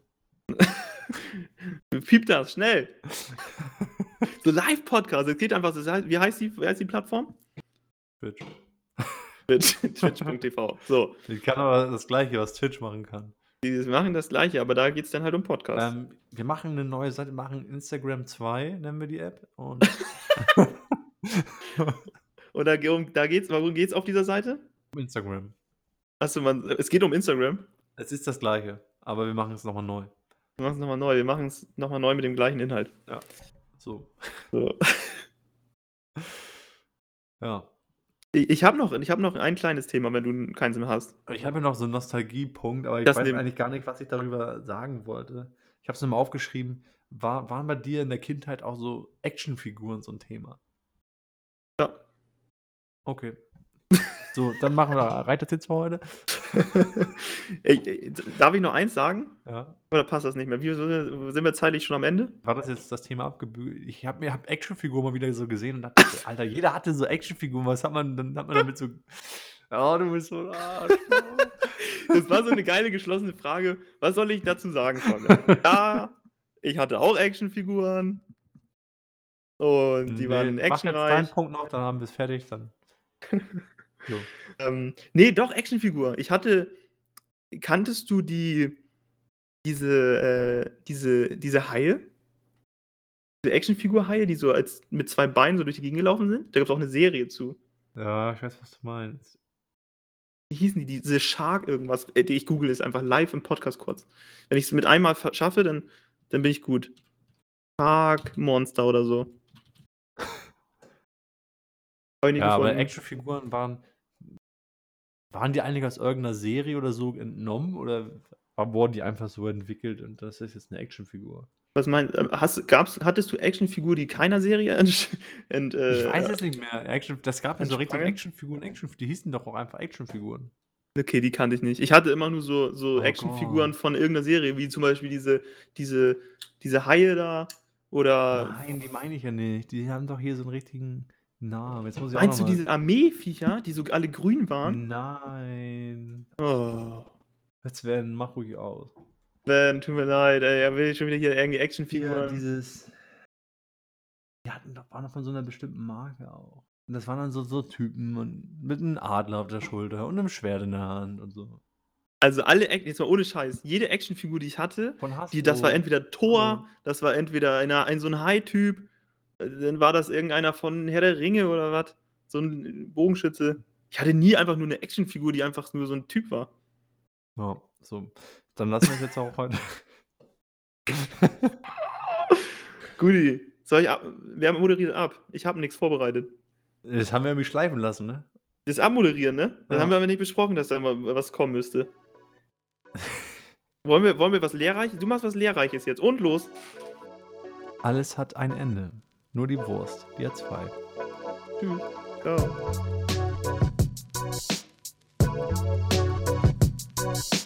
Piep das, schnell! So Live-Podcasts, es geht einfach so, wie heißt die Plattform? Twitch. Twitch.tv. So. Ich kann aber das Gleiche, was Twitch machen kann. Die machen das Gleiche, aber da geht's dann halt um Podcasts. Wir machen 'ne neue Seite, machen Instagram 2, nennen wir die App, und Und worum geht's auf dieser Seite? Instagram. Es geht um Instagram? Es ist das Gleiche, aber wir machen es noch mal neu. Wir machen's noch mal neu. Wir machen's noch mal neu mit dem gleichen Inhalt. Ja, so. So. Ja. Ich habe noch ein kleines Thema, wenn du keins mehr hast. Ich habe ja noch so 'n Nostalgiepunkt, aber ich Das weiß nehm eigentlich gar nicht, was ich darüber sagen wollte. Ich habe es nur mal aufgeschrieben. Waren bei dir in der Kindheit auch so Actionfiguren so 'n Thema? Ja. Okay. So, dann reicht das jetzt für heute? Darf ich noch eins sagen? Ja. Oder passt das nicht mehr? Sind wir zeitlich schon am Ende? War das jetzt das Thema abgebügelt? Ich habe Actionfiguren mal wieder so gesehen und dachte so: „Alter, jeder hatte so Actionfiguren, was hat man damit so." Oh, du bist so 'n Arschloch. Das war so 'ne geile geschlossene Frage. Was soll ich dazu sagen, Fabian? Ja, ich hatte auch Actionfiguren. Und die waren Mach jetzt deinen actionreich. Punkt noch, dann haben wir's fertig, dann jo. Ne, doch, Actionfigur. Kanntest du diese Haie? Diese Actionfigur-Haie, die so mit 2 Beinen so durch die Gegend gelaufen sind? Da gab's auch 'ne Serie zu. Ja, ich weiß, was du meinst. Wie hießen die? Diese Shark irgendwas. Ich google es einfach live im Podcast kurz. Wenn ich's mit einmal schaffe, dann bin ich gut. Shark Monster oder so. Habe ich nicht Ja, aber gefunden. Actionfiguren waren die eigentlich aus irgend 'ner Serie oder so entnommen, oder wurden die einfach so entwickelt und das ist jetzt 'ne Actionfigur. Was meinst hattest du Actionfiguren, die keiner Serie Ich weiß es nicht mehr. Das gab ja so richtig entsprangen? Actionfiguren, die hießen doch auch einfach Actionfiguren. Okay, die kannte ich nicht. Ich hatte immer nur so Oh Actionfiguren Gott. von irgend 'ner Serie, wie zum Beispiel diese Haie da oder Nein, die meine ich ja nicht. Die haben doch hier so 'n richtigen Namen. Jetzt muss ich auch noch meinst du mal diese Armeeviecher, die so alle grün waren? Nein. Oh, Sven, mach ruhig aus. Ben, tut mir leid, ey, er will schon wieder hier irgendwie Hier Actionfiguren. dieses waren doch von so 'ner bestimmten Marke auch. Und das waren dann so Typen und mit 'nem Adler auf der Schulter und 'nem Schwert in der Hand und so. Also alle jetzt mal ohne Scheiß, jede Actionfigur, die ich hatte, Von das war Hasbro. entweder Hallo. Thor, das war entweder ein so 'n Hai-Typ, dann war das irgendeiner von Herr der Ringe oder was, so 'n Bogenschütze. Ich hatte nie einfach nur 'ne Actionfigur, die einfach nur so 'n Typ war. Ja, so. Dann lassen wir's jetzt auch heute. Guti, soll ich ab wer moderiert ab? Ich habe nix vorbereitet. Das haben wir irgendwie schleifen lassen, ne? Das Abmoderieren, ne? Das haben wir Ja. aber nicht besprochen, dass da mal was kommen müsste. Wollen wir was Lehrreiches? Du machst was Lehrreiches jetzt und los. Alles hat ein Ende. Nur die Wurst, die hat 2. Tschüss. Tschau.